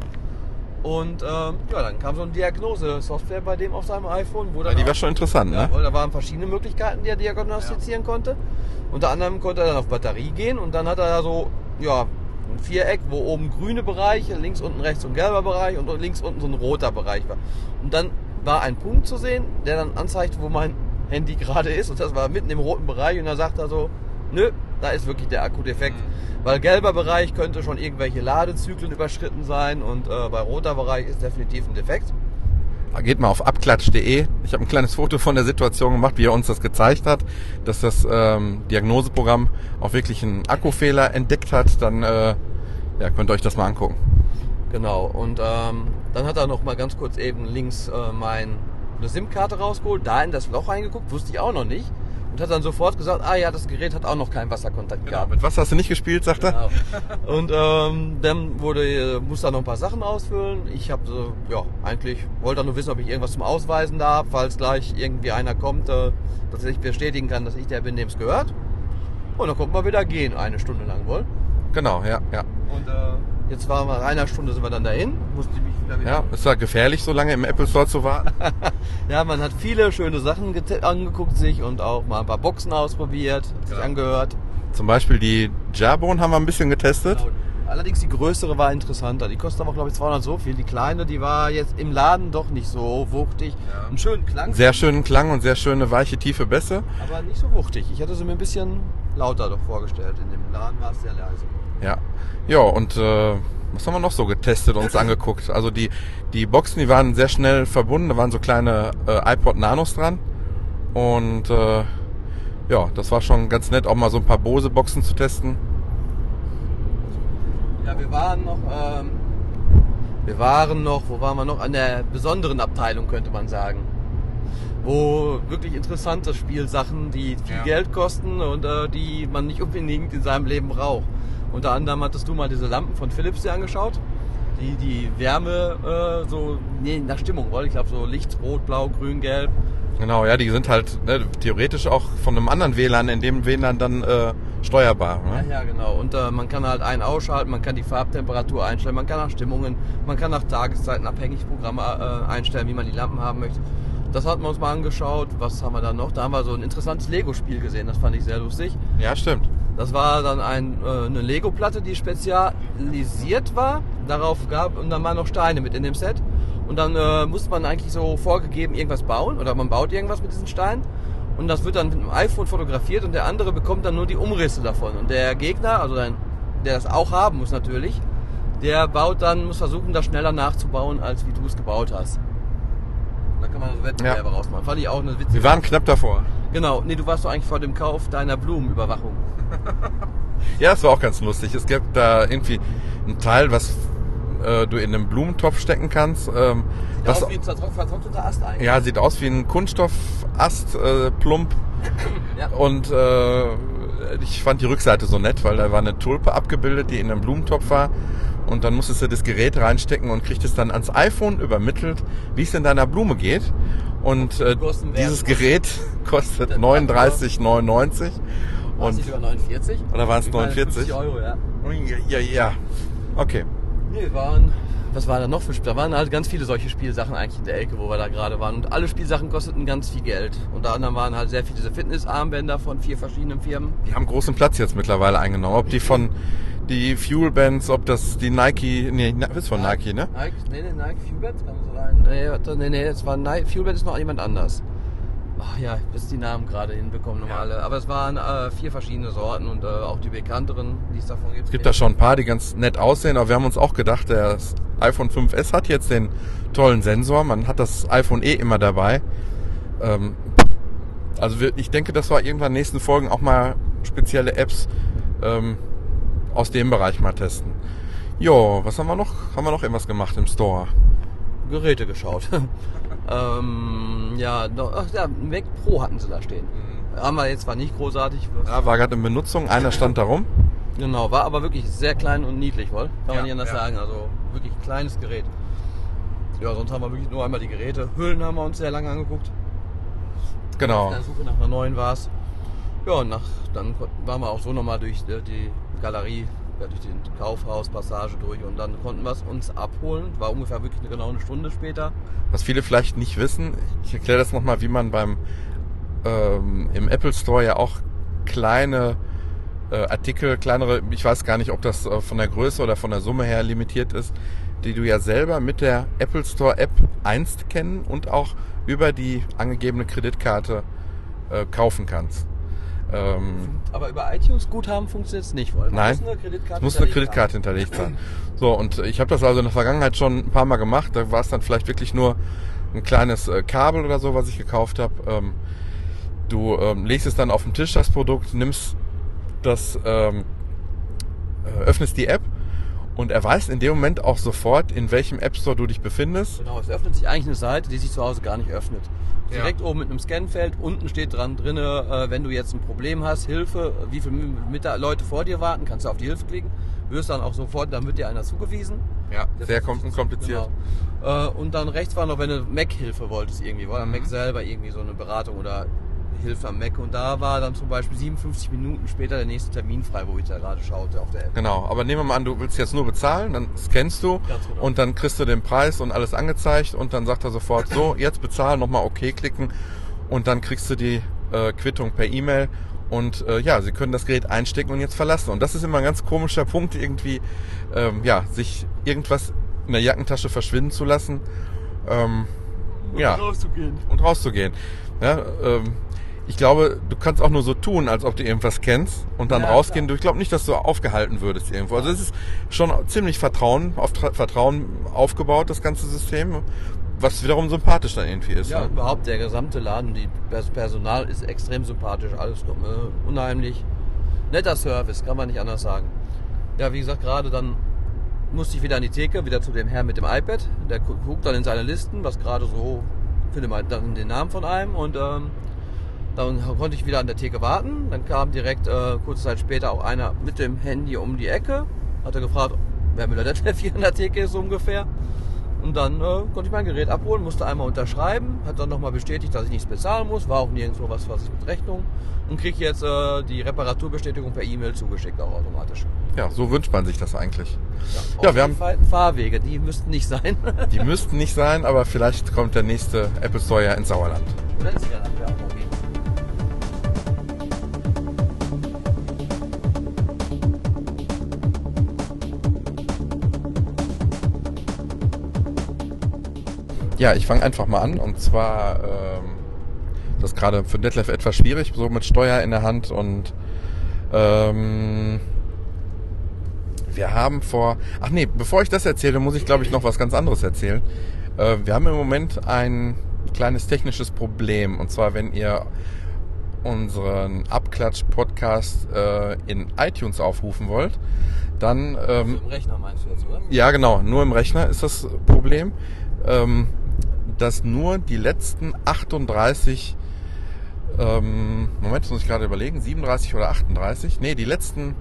Und dann kam so eine Diagnose-Software bei dem auf seinem iPhone. Wo dann die war schon interessant, ne? Da waren verschiedene Möglichkeiten, die er diagnostizieren konnte. Unter anderem konnte er dann auf Batterie gehen und dann hat er da so ein Viereck, wo oben grüne Bereiche, links unten rechts so ein gelber Bereich und links unten so ein roter Bereich war. Und dann war ein Punkt zu sehen, der dann anzeigt, wo mein Handy gerade ist, und das war mitten im roten Bereich, und da sagt er so, nö, da ist wirklich der Akku defekt. Weil gelber Bereich könnte schon irgendwelche Ladezyklen überschritten sein und bei roter Bereich ist definitiv ein Defekt. Geht mal auf abklatsch.de. Ich habe ein kleines Foto von der Situation gemacht, wie er uns das gezeigt hat, dass das Diagnoseprogramm auch wirklich einen Akkufehler entdeckt hat. Dann könnt ihr euch das mal angucken. Genau, und dann hat er noch mal ganz kurz eben links eine SIM-Karte rausgeholt, da in das Loch reingeguckt, wusste ich auch noch nicht. und hat dann sofort gesagt, ja, das Gerät hat auch noch keinen Wasserkontakt Genau. gehabt. Mit was hast du nicht gespielt, sagt er? Genau. Und dann musste er noch ein paar Sachen ausfüllen. Ich habe eigentlich wollte nur wissen, ob ich irgendwas zum Ausweisen da habe, falls gleich irgendwie einer kommt, dass ich bestätigen kann, dass ich der bin, dem es gehört. Und dann konnten wir wieder gehen, 1 Stunde lang wohl. Genau, ja. Und jetzt waren wir, 1 Stunde sind wir dann dahin. Musste ich mich wieder Ja, ist ja gefährlich, so lange im Apple Store zu warten. Ja, man hat viele schöne Sachen angeguckt sich und auch mal ein paar Boxen ausprobiert, sich angehört. Zum Beispiel die Jarbone haben wir ein bisschen getestet. Genau. Allerdings die größere war interessanter. Die kostet aber, glaube ich, 200 so viel. Die kleine, die war jetzt im Laden doch nicht so wuchtig. Ja. Einen schönen Klang. Sehr schönen Klang und sehr schöne, weiche, tiefe Bässe. Aber nicht so wuchtig. Ich hatte sie mir ein bisschen lauter doch vorgestellt. In dem Laden war es sehr leise. Ja. Ja, und was haben wir noch so getestet und uns angeguckt? Also die Boxen, die waren sehr schnell verbunden. Da waren so kleine iPod Nanos dran. Und ja, das war schon ganz nett, auch mal so ein paar Bose-Boxen zu testen. Ja, wir waren noch, wo waren wir noch? An der besonderen Abteilung, könnte man sagen. Wo wirklich interessante Spielsachen, die viel Geld kosten und die man nicht unbedingt in seinem Leben braucht. Unter anderem hattest du mal diese Lampen von Philips dir angeschaut, die Wärme nach Stimmung wollen. Ich glaube so Licht, Rot, Blau, Grün, Gelb. Genau, ja, die sind halt theoretisch auch von einem anderen WLAN, in dem WLAN dann steuerbar. Ne? Ja, genau. Und man kann halt einen ausschalten, man kann die Farbtemperatur einstellen, man kann nach Stimmungen, man kann nach Tageszeiten abhängig Programme einstellen, wie man die Lampen haben möchte. Das hatten wir uns mal angeschaut. Was haben wir dann noch? Da haben wir so ein interessantes Lego-Spiel gesehen, das fand ich sehr lustig. Ja, stimmt. Das war dann eine Lego-Platte, die spezialisiert war. Und dann waren noch Steine mit in dem Set. Und dann musste man eigentlich so vorgegeben irgendwas bauen oder man baut irgendwas mit diesen Steinen. Und das wird dann mit einem iPhone fotografiert und der andere bekommt dann nur die Umrisse davon. Und der Gegner, also der das auch haben muss natürlich, der muss versuchen, das schneller nachzubauen, als wie du es gebaut hast. Da kann man so Wettbewerbe rausmachen. Fand ich auch eine witzige. Wir waren knapp davor. Genau, nee, du warst doch eigentlich vor dem Kauf deiner Blumenüberwachung. Ja, das war auch ganz lustig. Es gibt da irgendwie ein Teil, was du in einen Blumentopf stecken kannst. Sieht aus wie ein vertrockneter Ast eigentlich. Ja, sieht aus wie ein Kunststoffast, plump. Ja. Und ich fand die Rückseite so nett, weil da war eine Tulpe abgebildet, die in einem Blumentopf war. Und dann musstest du das Gerät reinstecken und kriegst es dann ans iPhone übermittelt, wie es in deiner Blume geht. Und dieses Gerät kostet 39,99. War es nicht über 49? Oder waren es 49? 50 Euro, ja. Ja. Okay. Nee, was war da noch für Spiele? Da waren halt ganz viele solche Spielsachen eigentlich in der Ecke, wo wir da gerade waren. Und alle Spielsachen kosteten ganz viel Geld. Unter anderem waren halt sehr viele diese Fitnessarmbänder von 4 verschiedenen Firmen. Die haben großen Platz jetzt mittlerweile eingenommen. Ob die Fuelbands, ob das die Nike, ist von Nike, ne? Nike Fuelbands kann so sein. Nee, das war Nike, Fuelband ist noch jemand anders. Ach ja, bis die Namen gerade hinbekommen alle. Aber es waren 4 verschiedene Sorten und auch die bekannteren, die es davon gibt. Es gibt da schon ein paar, die ganz nett aussehen, aber wir haben uns auch gedacht, das iPhone 5S hat jetzt den tollen Sensor. Man hat das iPhone immer dabei. Also ich denke, dass wir irgendwann in den nächsten Folgen auch mal spezielle Apps aus dem Bereich mal testen. Jo, was haben wir noch? Haben wir noch irgendwas gemacht im Store? Geräte geschaut. Mac Pro hatten sie da stehen. Haben wir jetzt zwar nicht großartig. Ja, war gerade in Benutzung, einer stand da rum. Genau, war aber wirklich sehr klein und niedlich, wohl. Kann man nicht anders ja. sagen. Also wirklich ein kleines Gerät. Ja, sonst haben wir wirklich nur einmal die Geräte. Hüllen haben wir uns sehr lange angeguckt. Genau. Auf der Suche nach einer neuen war es. Ja, und dann waren wir auch so nochmal durch die Galerie, durch den Kaufhauspassage durch und dann konnten wir es uns abholen. War ungefähr wirklich genau eine Stunde später. Was viele vielleicht nicht wissen, ich erkläre das nochmal, wie man im Apple Store ja auch kleine Artikel, kleinere, ich weiß gar nicht, ob das von der Größe oder von der Summe her limitiert ist, die du ja selber mit der Apple Store App einscannen und auch über die angegebene Kreditkarte kaufen kannst. Aber über iTunes Guthaben funktioniert es nicht, weil nein, muss eine Kreditkarte hinterlegt sein. So, und ich habe das also in der Vergangenheit schon ein paar Mal gemacht. Da war es dann vielleicht wirklich nur ein kleines Kabel oder so, was ich gekauft habe. Du legst es dann auf den Tisch, das Produkt, nimmst öffnest die App Und er weiß in dem Moment auch sofort, in welchem App Store du dich befindest. Genau, es öffnet sich eigentlich eine Seite, die sich zu Hause gar nicht öffnet. Direkt oben mit einem Scanfeld, unten steht drin, wenn du jetzt ein Problem hast, Hilfe, wie viele Leute vor dir warten, kannst du auf die Hilfe klicken, wirst dann auch sofort, dann wird dir einer zugewiesen. Ja, sehr kompliziert. Genau. Und dann rechts war noch, wenn du Mac-Hilfe wolltest irgendwie, war Mac selber irgendwie so eine Beratung oder Hilfe am Mac, und da war dann zum Beispiel 57 Minuten später der nächste Termin frei, wo ich da gerade schaute auf der App. Genau, aber nehmen wir mal an, du willst jetzt nur bezahlen, dann scannst du und dann kriegst du den Preis und alles angezeigt und dann sagt er sofort, so, jetzt bezahlen, nochmal OK klicken und dann kriegst du die Quittung per E-Mail und Sie können das Gerät einstecken und jetzt verlassen. Und das ist immer ein ganz komischer Punkt, irgendwie, sich irgendwas in der Jackentasche verschwinden zu lassen. Und rauszugehen. Ja, ich glaube, du kannst auch nur so tun, als ob du irgendwas kennst und dann rausgehen. Klar. Ich glaube nicht, dass du aufgehalten würdest irgendwo. Also es ist schon ziemlich Vertrauen aufgebaut, das ganze System, was wiederum sympathisch dann irgendwie ist. Ja, ne? Überhaupt der gesamte Laden, das Personal ist extrem sympathisch, alles unheimlich. Netter Service, kann man nicht anders sagen. Ja, wie gesagt, gerade dann musste ich wieder an die Theke, wieder zu dem Herrn mit dem iPad. Der guckt dann in seine Listen, was gerade so, findet man dann den Namen von einem, und dann konnte ich wieder an der Theke warten. Dann kam direkt kurze Zeit später auch einer mit dem Handy um die Ecke. Hat er gefragt, wer Müller-Detlef hier an der Theke ist, so ungefähr. Und dann konnte ich mein Gerät abholen, musste einmal unterschreiben. Hat dann nochmal bestätigt, dass ich nichts bezahlen muss. War auch nirgendwo was ich mit Rechnung. Und kriege jetzt die Reparaturbestätigung per E-Mail zugeschickt, auch automatisch. Ja, so wünscht man sich das eigentlich. Ja, wir haben Fahrwege, die müssten nicht sein. Die müssten nicht sein, aber vielleicht kommt der nächste Apple Store ja ins Sauerland. Oder ist ja dann auch okay. Ja, ich fange einfach mal an, und zwar das ist gerade für Detlef etwas schwierig, so mit Steuer in der Hand, und wir haben bevor ich das erzähle, muss ich glaube ich noch was ganz anderes erzählen. Wir haben im Moment ein kleines technisches Problem, und zwar, wenn ihr unseren Abklatsch-Podcast in iTunes aufrufen wollt, dann... Im Rechner meinst du jetzt, oder? Ja, genau, nur im Rechner ist das Problem. Dass nur die letzten 38, Moment, muss ich gerade überlegen, 37 oder 38, die letzten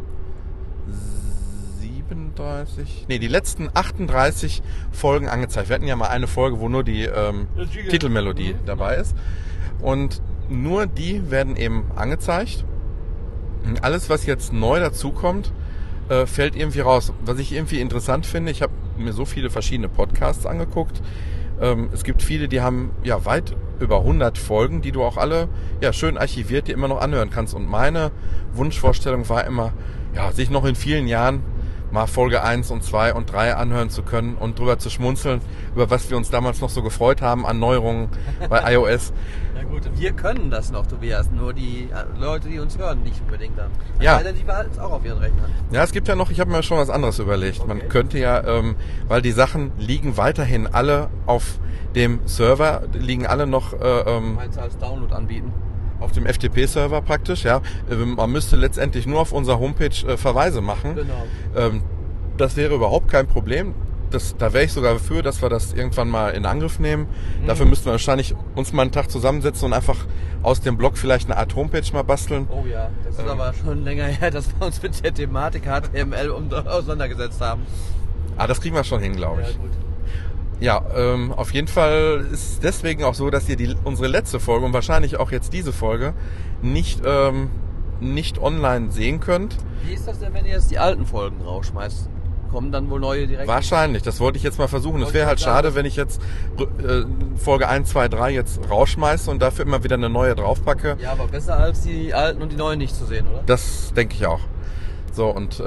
38 Folgen angezeigt. Wir hatten ja mal eine Folge, wo nur die Titelmelodie dabei ist, und nur die werden eben angezeigt. Und alles, was jetzt neu dazukommt, fällt irgendwie raus. Was ich irgendwie interessant finde, ich habe mir so viele verschiedene Podcasts angeguckt. Es gibt viele, die haben weit über 100 Folgen, die du auch alle schön archiviert dir immer noch anhören kannst. Und meine Wunschvorstellung war immer, sich noch in vielen Jahren mal Folge 1 und 2 und 3 anhören zu können und drüber zu schmunzeln, über was wir uns damals noch so gefreut haben an Neuerungen bei iOS. Na gut, wir können das noch, Tobias, nur die Leute, die uns hören, nicht unbedingt dann. Ja. Die behalten es auch auf ihren Rechnern. Ja, es gibt ja noch, ich habe mir schon was anderes überlegt. Okay. Man könnte weil die Sachen liegen weiterhin alle auf dem Server, liegen alle noch... Meinst du als Download anbieten? Auf dem FTP-Server praktisch, ja. Man müsste letztendlich nur auf unserer Homepage Verweise machen. Genau. Das wäre überhaupt kein Problem. Da wäre ich sogar dafür, dass wir das irgendwann mal in Angriff nehmen. Dafür müssten wir wahrscheinlich uns mal einen Tag zusammensetzen und einfach aus dem Blog vielleicht eine Art Homepage mal basteln. Oh ja, das ist aber schon länger her, dass wir uns mit der Thematik HTML auseinandergesetzt haben. Das kriegen wir schon hin, glaube ich. Ja, gut. Ja, auf jeden Fall ist es deswegen auch so, dass ihr unsere letzte Folge und wahrscheinlich auch jetzt diese Folge nicht online sehen könnt. Wie ist das denn, wenn ihr jetzt die alten Folgen rausschmeißt? Kommen dann wohl neue direkt? Wahrscheinlich, das wollte ich jetzt mal versuchen. Es wäre halt schade, wenn ich jetzt Folge 1, 2, 3 jetzt rausschmeiße und dafür immer wieder eine neue draufpacke. Ja, aber besser als die alten und die neuen nicht zu sehen, oder? Das denke ich auch. So, und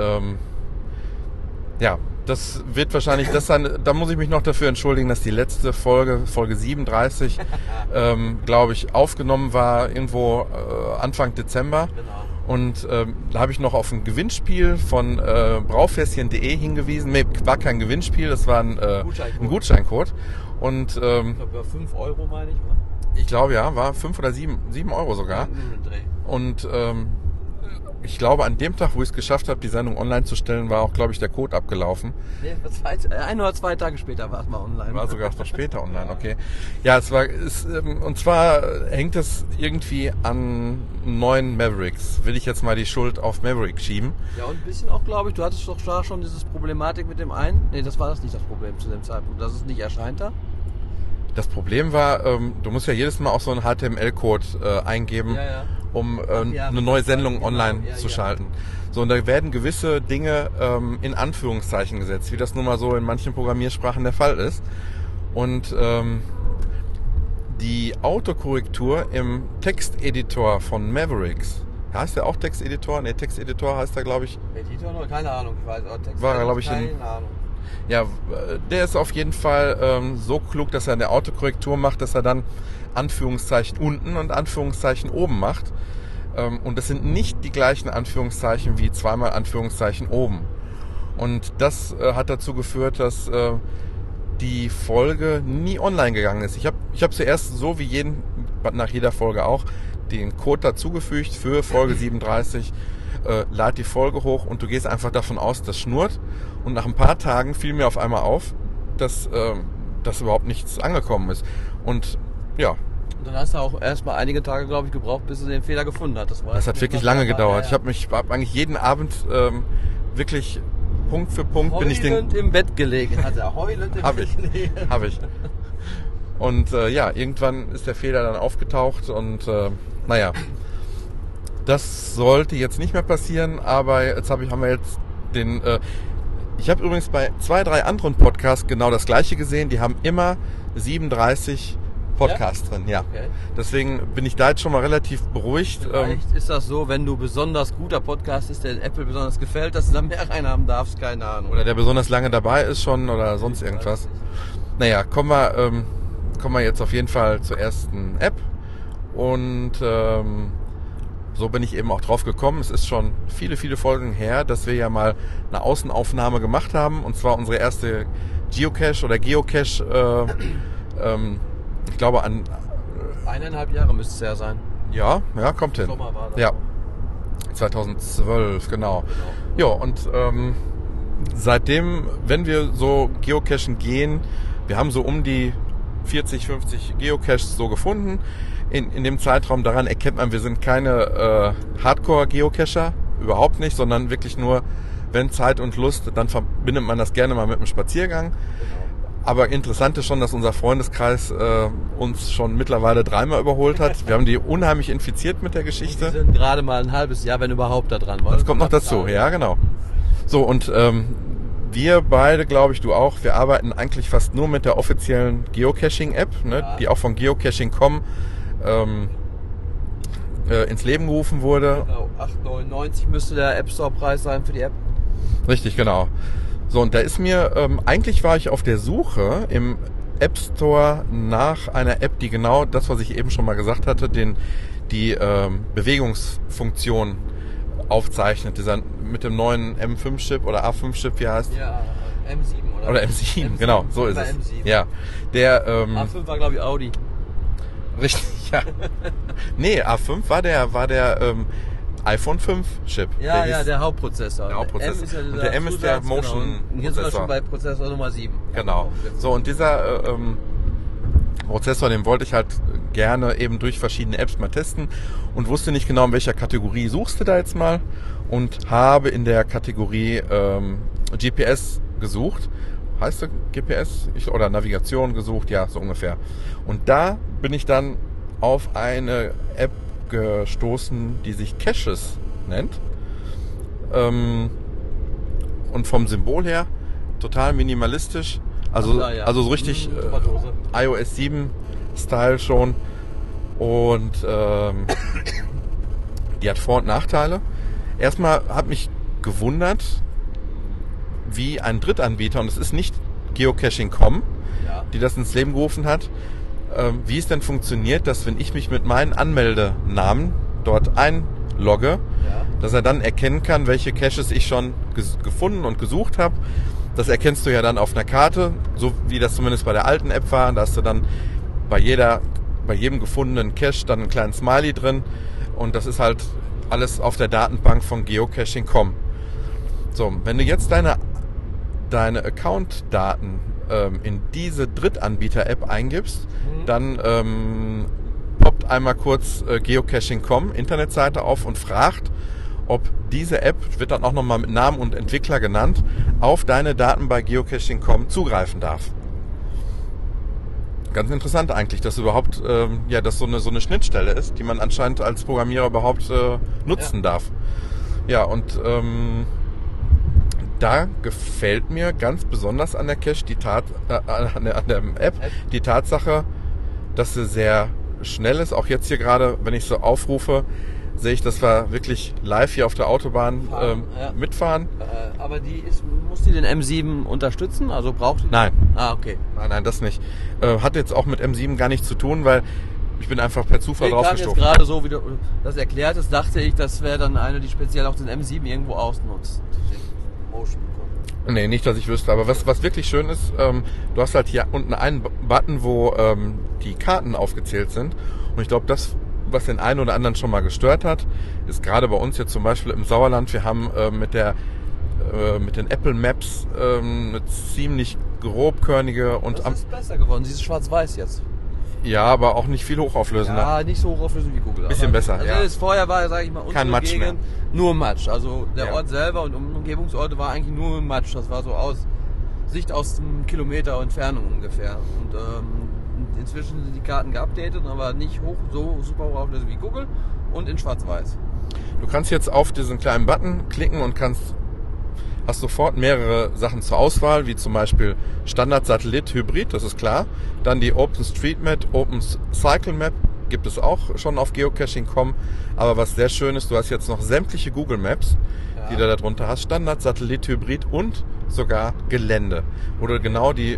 das wird wahrscheinlich das sein. Da muss ich mich noch dafür entschuldigen, dass die letzte Folge 37, glaube ich, aufgenommen war irgendwo Anfang Dezember. Genau. Und da habe ich noch auf ein Gewinnspiel von braufässchen.de hingewiesen. Nee, war kein Gewinnspiel, das war ein Gutscheincode. Und ich glaube, über 5 Euro meine ich, oder? Ich glaube, ja, war 5 oder 7 Euro sogar. Ja, und ich glaube, an dem Tag, wo ich es geschafft habe, die Sendung online zu stellen, war auch, glaube ich, der Code abgelaufen. Nee, 1 oder 2 Tage später war es mal online. War sogar noch später online, okay. Ja, und zwar hängt es irgendwie an neuen Mavericks. Will ich jetzt mal die Schuld auf Maverick schieben? Ja, und ein bisschen auch, glaube ich, du hattest doch da schon dieses Problematik mit dem einen. Nee, das war das nicht das Problem zu dem Zeitpunkt, dass es nicht erscheint da. Das Problem war, du musst ja jedes Mal auch so einen HTML-Code eingeben, um eine neue Sendung online zu schalten. So, und da werden gewisse Dinge in Anführungszeichen gesetzt, wie das nun mal so in manchen Programmiersprachen der Fall ist. Und die Autokorrektur im Texteditor von Mavericks, heißt der auch Texteditor? Ne, Texteditor heißt er, glaube ich. Editor noch? Keine Ahnung, ich weiß. Text war er, glaube ich, keine Ahnung. Ja, der ist auf jeden Fall so klug, dass er eine Autokorrektur macht, dass er dann Anführungszeichen unten und Anführungszeichen oben macht. Und das sind nicht die gleichen Anführungszeichen wie zweimal Anführungszeichen oben. Und das hat dazu geführt, dass die Folge nie online gegangen ist. Ich hab zuerst so wie nach jeder Folge auch den Code dazugefügt für Folge 37. Lad die Folge hoch und du gehst einfach davon aus, das schnurrt. Und nach ein paar Tagen fiel mir auf einmal auf, dass überhaupt nichts angekommen ist. Und ja. Und dann hast du auch erstmal einige Tage, glaube ich, gebraucht, bis du den Fehler gefunden hattest. Das hat wirklich lange gedauert. Ja. Ich hab eigentlich jeden Abend wirklich Punkt für Punkt heulend im Bett gelegen. Hat er heulend im Bett gelegen. Hab ich. Und irgendwann ist der Fehler dann aufgetaucht und naja. Das sollte jetzt nicht mehr passieren, aber jetzt haben wir jetzt den... ich habe übrigens bei 2, 3 anderen Podcasts genau das gleiche gesehen. Die haben immer 37 Podcasts drin. Ja. Okay. Deswegen bin ich da jetzt schon mal relativ beruhigt. Vielleicht ist das so, wenn du besonders guter Podcast ist, der Apple besonders gefällt, dass du dann mehr reinhaben darfst, keine Ahnung. Oder der besonders lange dabei ist schon oder sonst irgendwas. Naja, kommen wir jetzt auf jeden Fall zur ersten App. Und... so bin ich eben auch drauf gekommen. Es ist schon viele, viele Folgen her, dass wir ja mal eine Außenaufnahme gemacht haben. Und zwar unsere erste Geocache oder Geocache, ich glaube an... 1,5 Jahre müsste es ja sein. Ja, kommt hin. Sommer war das. Ja, 2012, genau. Ja, und seitdem, wenn wir so Geocachen gehen, wir haben so um die 40, 50 Geocaches so gefunden. In dem Zeitraum, daran erkennt man, wir sind keine Hardcore-Geocacher, überhaupt nicht, sondern wirklich nur, wenn Zeit und Lust, dann verbindet man das gerne mal mit einem Spaziergang. Genau. Aber interessant ist schon, dass unser Freundeskreis uns schon mittlerweile 3-mal überholt hat. Wir haben die unheimlich infiziert mit der Geschichte. Und die sind gerade mal ein halbes Jahr, wenn überhaupt, da dran. Das kommt noch dazu, ja genau. So, und wir beide, glaube ich, du auch, wir arbeiten eigentlich fast nur mit der offiziellen Geocaching-App, ne, die auch von Geocaching.com ins Leben gerufen wurde. Genau, 8,99 müsste der App Store Preis sein für die App. Richtig, genau. So, und da ist mir, eigentlich war ich auf der Suche im App Store nach einer App, die genau das, was ich eben schon mal gesagt hatte, die Bewegungsfunktion aufzeichnet. Dieser mit dem neuen M5-Chip oder A5-Chip, wie heißt? Ja, M7 oder M7, genau, so ist es. M7. Ja, der A5 war, glaube ich, Audi. Richtig, ja. Nee, A5 war der iPhone 5 Chip. Ja, der Hauptprozessor. Der Hauptprozessor. Und der M ist der Motion Prozessor. Hier sind wir schon bei Prozessor Nummer 7. Genau. So, und dieser Prozessor, den wollte ich halt gerne eben durch verschiedene Apps mal testen und wusste nicht genau, in welcher Kategorie suchst du da jetzt mal, und habe in der Kategorie GPS gesucht. Heißt das GPS? Oder Navigation gesucht? Ja, so ungefähr. Und da bin ich dann auf eine App gestoßen, die sich Caches nennt. Und vom Symbol her total minimalistisch. Also so richtig iOS 7 Style schon. Und die hat Vor- und Nachteile. Erstmal hat mich gewundert, wie ein Drittanbieter, und es ist nicht Geocaching.com, die das ins Leben gerufen hat, wie es denn funktioniert, dass wenn ich mich mit meinen Anmeldenamen dort einlogge, dass er dann erkennen kann, welche Caches ich schon gefunden und gesucht habe. Das erkennst du ja dann auf einer Karte, so wie das zumindest bei der alten App war. Da hast du dann bei jedem gefundenen Cache dann einen kleinen Smiley drin, und das ist halt alles auf der Datenbank von Geocaching.com. So, wenn du jetzt deine Account-Daten in diese Drittanbieter-App eingibst, dann poppt einmal kurz Geocaching.com Internetseite auf und fragt, ob diese App, wird dann auch nochmal mit Namen und Entwickler genannt, auf deine Daten bei Geocaching.com zugreifen darf. Ganz interessant eigentlich, dass überhaupt dass so eine Schnittstelle ist, die man anscheinend als Programmierer überhaupt nutzen darf. Ja, und da gefällt mir ganz besonders an der Cache an der App die Tatsache, dass sie sehr schnell ist. Auch jetzt hier gerade, wenn ich so aufrufe, sehe ich, dass wir wirklich live hier auf der Autobahn mitfahren. Aber muss die den M7 unterstützen? Also braucht die? Nein. Ah, okay. Nein, das nicht. Hat jetzt auch mit M7 gar nichts zu tun, weil ich bin einfach per Zufall drauf gestoßen. Jetzt gerade so, wie du das erklärt hast, dachte ich, das wäre dann eine, die speziell auch den M7 irgendwo ausnutzt. Nee, nicht, dass ich wüsste. Aber was wirklich schön ist, du hast halt hier unten einen Button, wo die Karten aufgezählt sind. Und ich glaube, das, was den einen oder anderen schon mal gestört hat, ist gerade bei uns jetzt zum Beispiel im Sauerland, wir haben mit den Apple Maps eine ziemlich grobkörnige und... Das ist besser geworden, sie ist schwarz-weiß jetzt. Ja, aber auch nicht viel hochauflösender. Ja, nicht so hochauflösend wie Google. Bisschen besser, also ja. Vorher war, sage ich mal, unsere kein Matsch Gegend mehr. Nur Matsch. Also der Ort selber und Umgebungsorte war eigentlich nur Matsch. Das war so Sicht aus einem Kilometer Entfernung ungefähr. Und inzwischen sind die Karten geupdatet, aber nicht so super hochauflösend wie Google und in schwarz-weiß. Du kannst jetzt auf diesen kleinen Button klicken und hast sofort mehrere Sachen zur Auswahl, wie zum Beispiel Standard, Satellit, Hybrid, das ist klar. Dann die OpenStreetMap, OpenCycleMap gibt es auch schon auf Geocaching.com. Aber was sehr schön ist, du hast jetzt noch sämtliche Google Maps, die du da drunter hast. Standard, Satellit, Hybrid und sogar Gelände, wo du genau die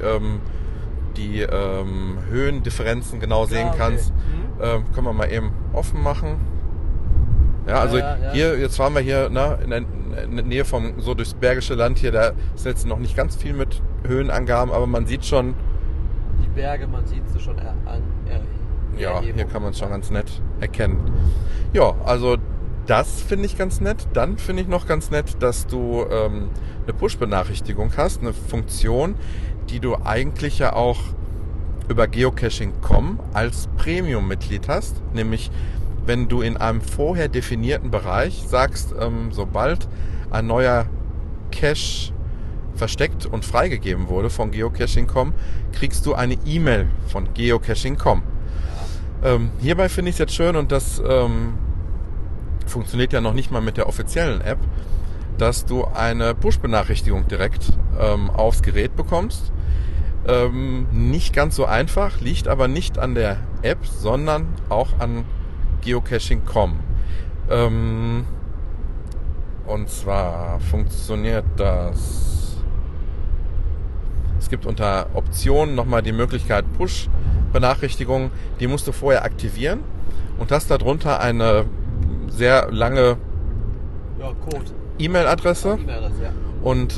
Höhendifferenzen genau sehen kannst. Können wir mal eben offen machen. Ja, also hier, jetzt fahren wir hier in der Nähe so durchs Bergische Land hier, da ist jetzt noch nicht ganz viel mit Höhenangaben, aber man sieht schon... Die Berge, man sieht sie schon ja, hier kann man es schon ganz nett erkennen. Ja, also das finde ich ganz nett. Dann finde ich noch ganz nett, dass du eine Push-Benachrichtigung hast, eine Funktion, die du eigentlich ja auch über Geocaching.com als Premium-Mitglied hast, nämlich wenn du in einem vorher definierten Bereich sagst, sobald ein neuer Cache versteckt und freigegeben wurde von Geocaching.com, kriegst du eine E-Mail von Geocaching.com. Hierbei finde ich es jetzt schön, und das funktioniert ja noch nicht mal mit der offiziellen App, dass du eine Push-Benachrichtigung direkt aufs Gerät bekommst. Nicht ganz so einfach, liegt aber nicht an der App, sondern auch an Geocaching.com. Und zwar funktioniert das. Es gibt unter Optionen nochmal die Möglichkeit Push-Benachrichtigungen. Die musst du vorher aktivieren und hast darunter eine sehr lange E-Mail-Adresse und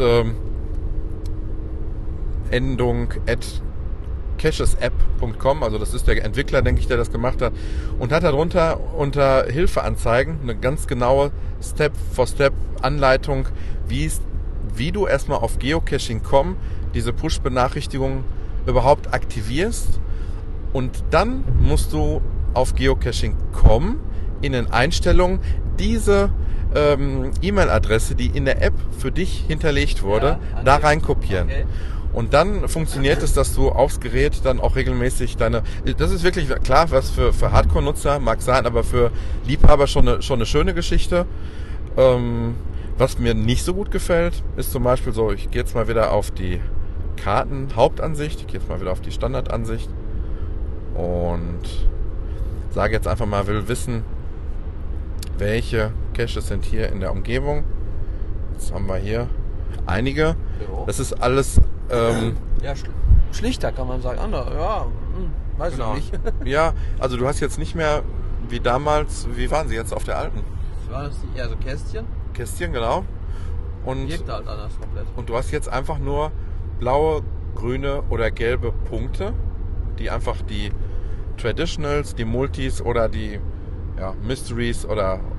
Endung @cachesapp.com, also das ist der Entwickler, denke ich, der das gemacht hat, und hat darunter unter Hilfeanzeigen eine ganz genaue Step-for-Step-Anleitung, wie du erstmal auf Geocaching.com diese Push-Benachrichtigungen überhaupt aktivierst, und dann musst du auf Geocaching.com in den Einstellungen diese E-Mail-Adresse, die in der App für dich hinterlegt wurde, da rein kopieren. Okay. Und dann funktioniert es, dass du aufs Gerät dann auch regelmäßig das ist wirklich klar, was für Hardcore-Nutzer mag sein, aber für Liebhaber schon eine schöne Geschichte. Was mir nicht so gut gefällt, ist zum Beispiel so, ich gehe jetzt mal wieder auf die Karten-Hauptansicht, ich gehe jetzt mal wieder auf die Standardansicht und sage jetzt einfach mal, will wissen, welche Caches sind hier in der Umgebung. Jetzt haben wir hier einige. Das ist alles... schlichter kann man sagen. Weiß ich nicht. Ja, also du hast jetzt nicht mehr wie damals, wie waren sie jetzt auf der alten? Waren das eher so Kästchen? Kästchen, genau. Und wirkt halt anders komplett. Und du hast jetzt einfach nur blaue, grüne oder gelbe Punkte, die einfach die Traditionals, die Multis oder die Mysteries oder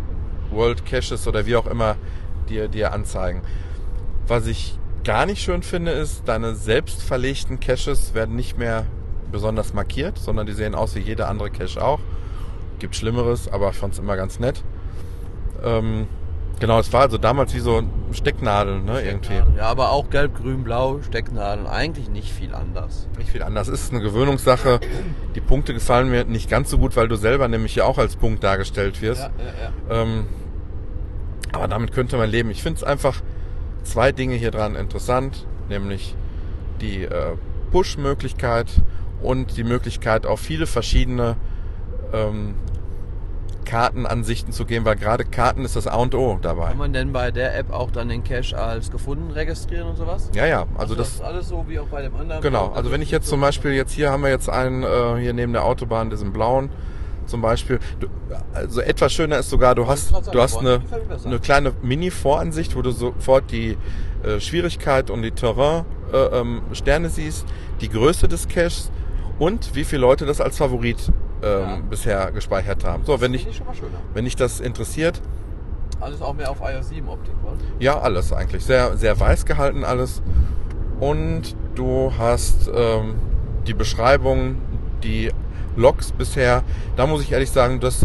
World Caches oder wie auch immer dir anzeigen. Was ich gar nicht schön finde, ist, deine selbst verlegten Caches werden nicht mehr besonders markiert, sondern die sehen aus wie jeder andere Cache auch. Gibt Schlimmeres, aber ich fand es immer ganz nett. Genau, es war also damals wie so Stecknadeln, ne, irgendwie. Ja, aber auch gelb, grün, blau, Stecknadeln, eigentlich nicht viel anders. Nicht viel anders. Es ist eine Gewöhnungssache. Die Punkte gefallen mir nicht ganz so gut, weil du selber nämlich ja auch als Punkt dargestellt wirst. Ja. Aber damit könnte man leben. Ich finde es einfach 2 Dinge hier dran interessant, nämlich die Push-Möglichkeit und die Möglichkeit, auf viele verschiedene Kartenansichten zu gehen, weil gerade Karten ist das A und O dabei. Kann man denn bei der App auch dann den Cache als gefunden registrieren und sowas? Ja, also das ist alles so wie auch bei dem anderen. Genau, also wenn ich jetzt zum Beispiel, hier haben wir jetzt einen, hier neben der Autobahn, diesen blauen zum Beispiel. Also etwas schöner ist sogar, du hast eine kleine Mini-Voransicht, wo du sofort die Schwierigkeit und die Terrain-Sterne siehst, die Größe des Caches und wie viele Leute das als Favorit bisher gespeichert haben. So, wenn dich das interessiert. Alles auch mehr auf iOS 7 Optik, oder? Ja, alles eigentlich. Sehr, sehr weiß gehalten alles. Und du hast die Beschreibung, die Logs bisher. Da muss ich ehrlich sagen, das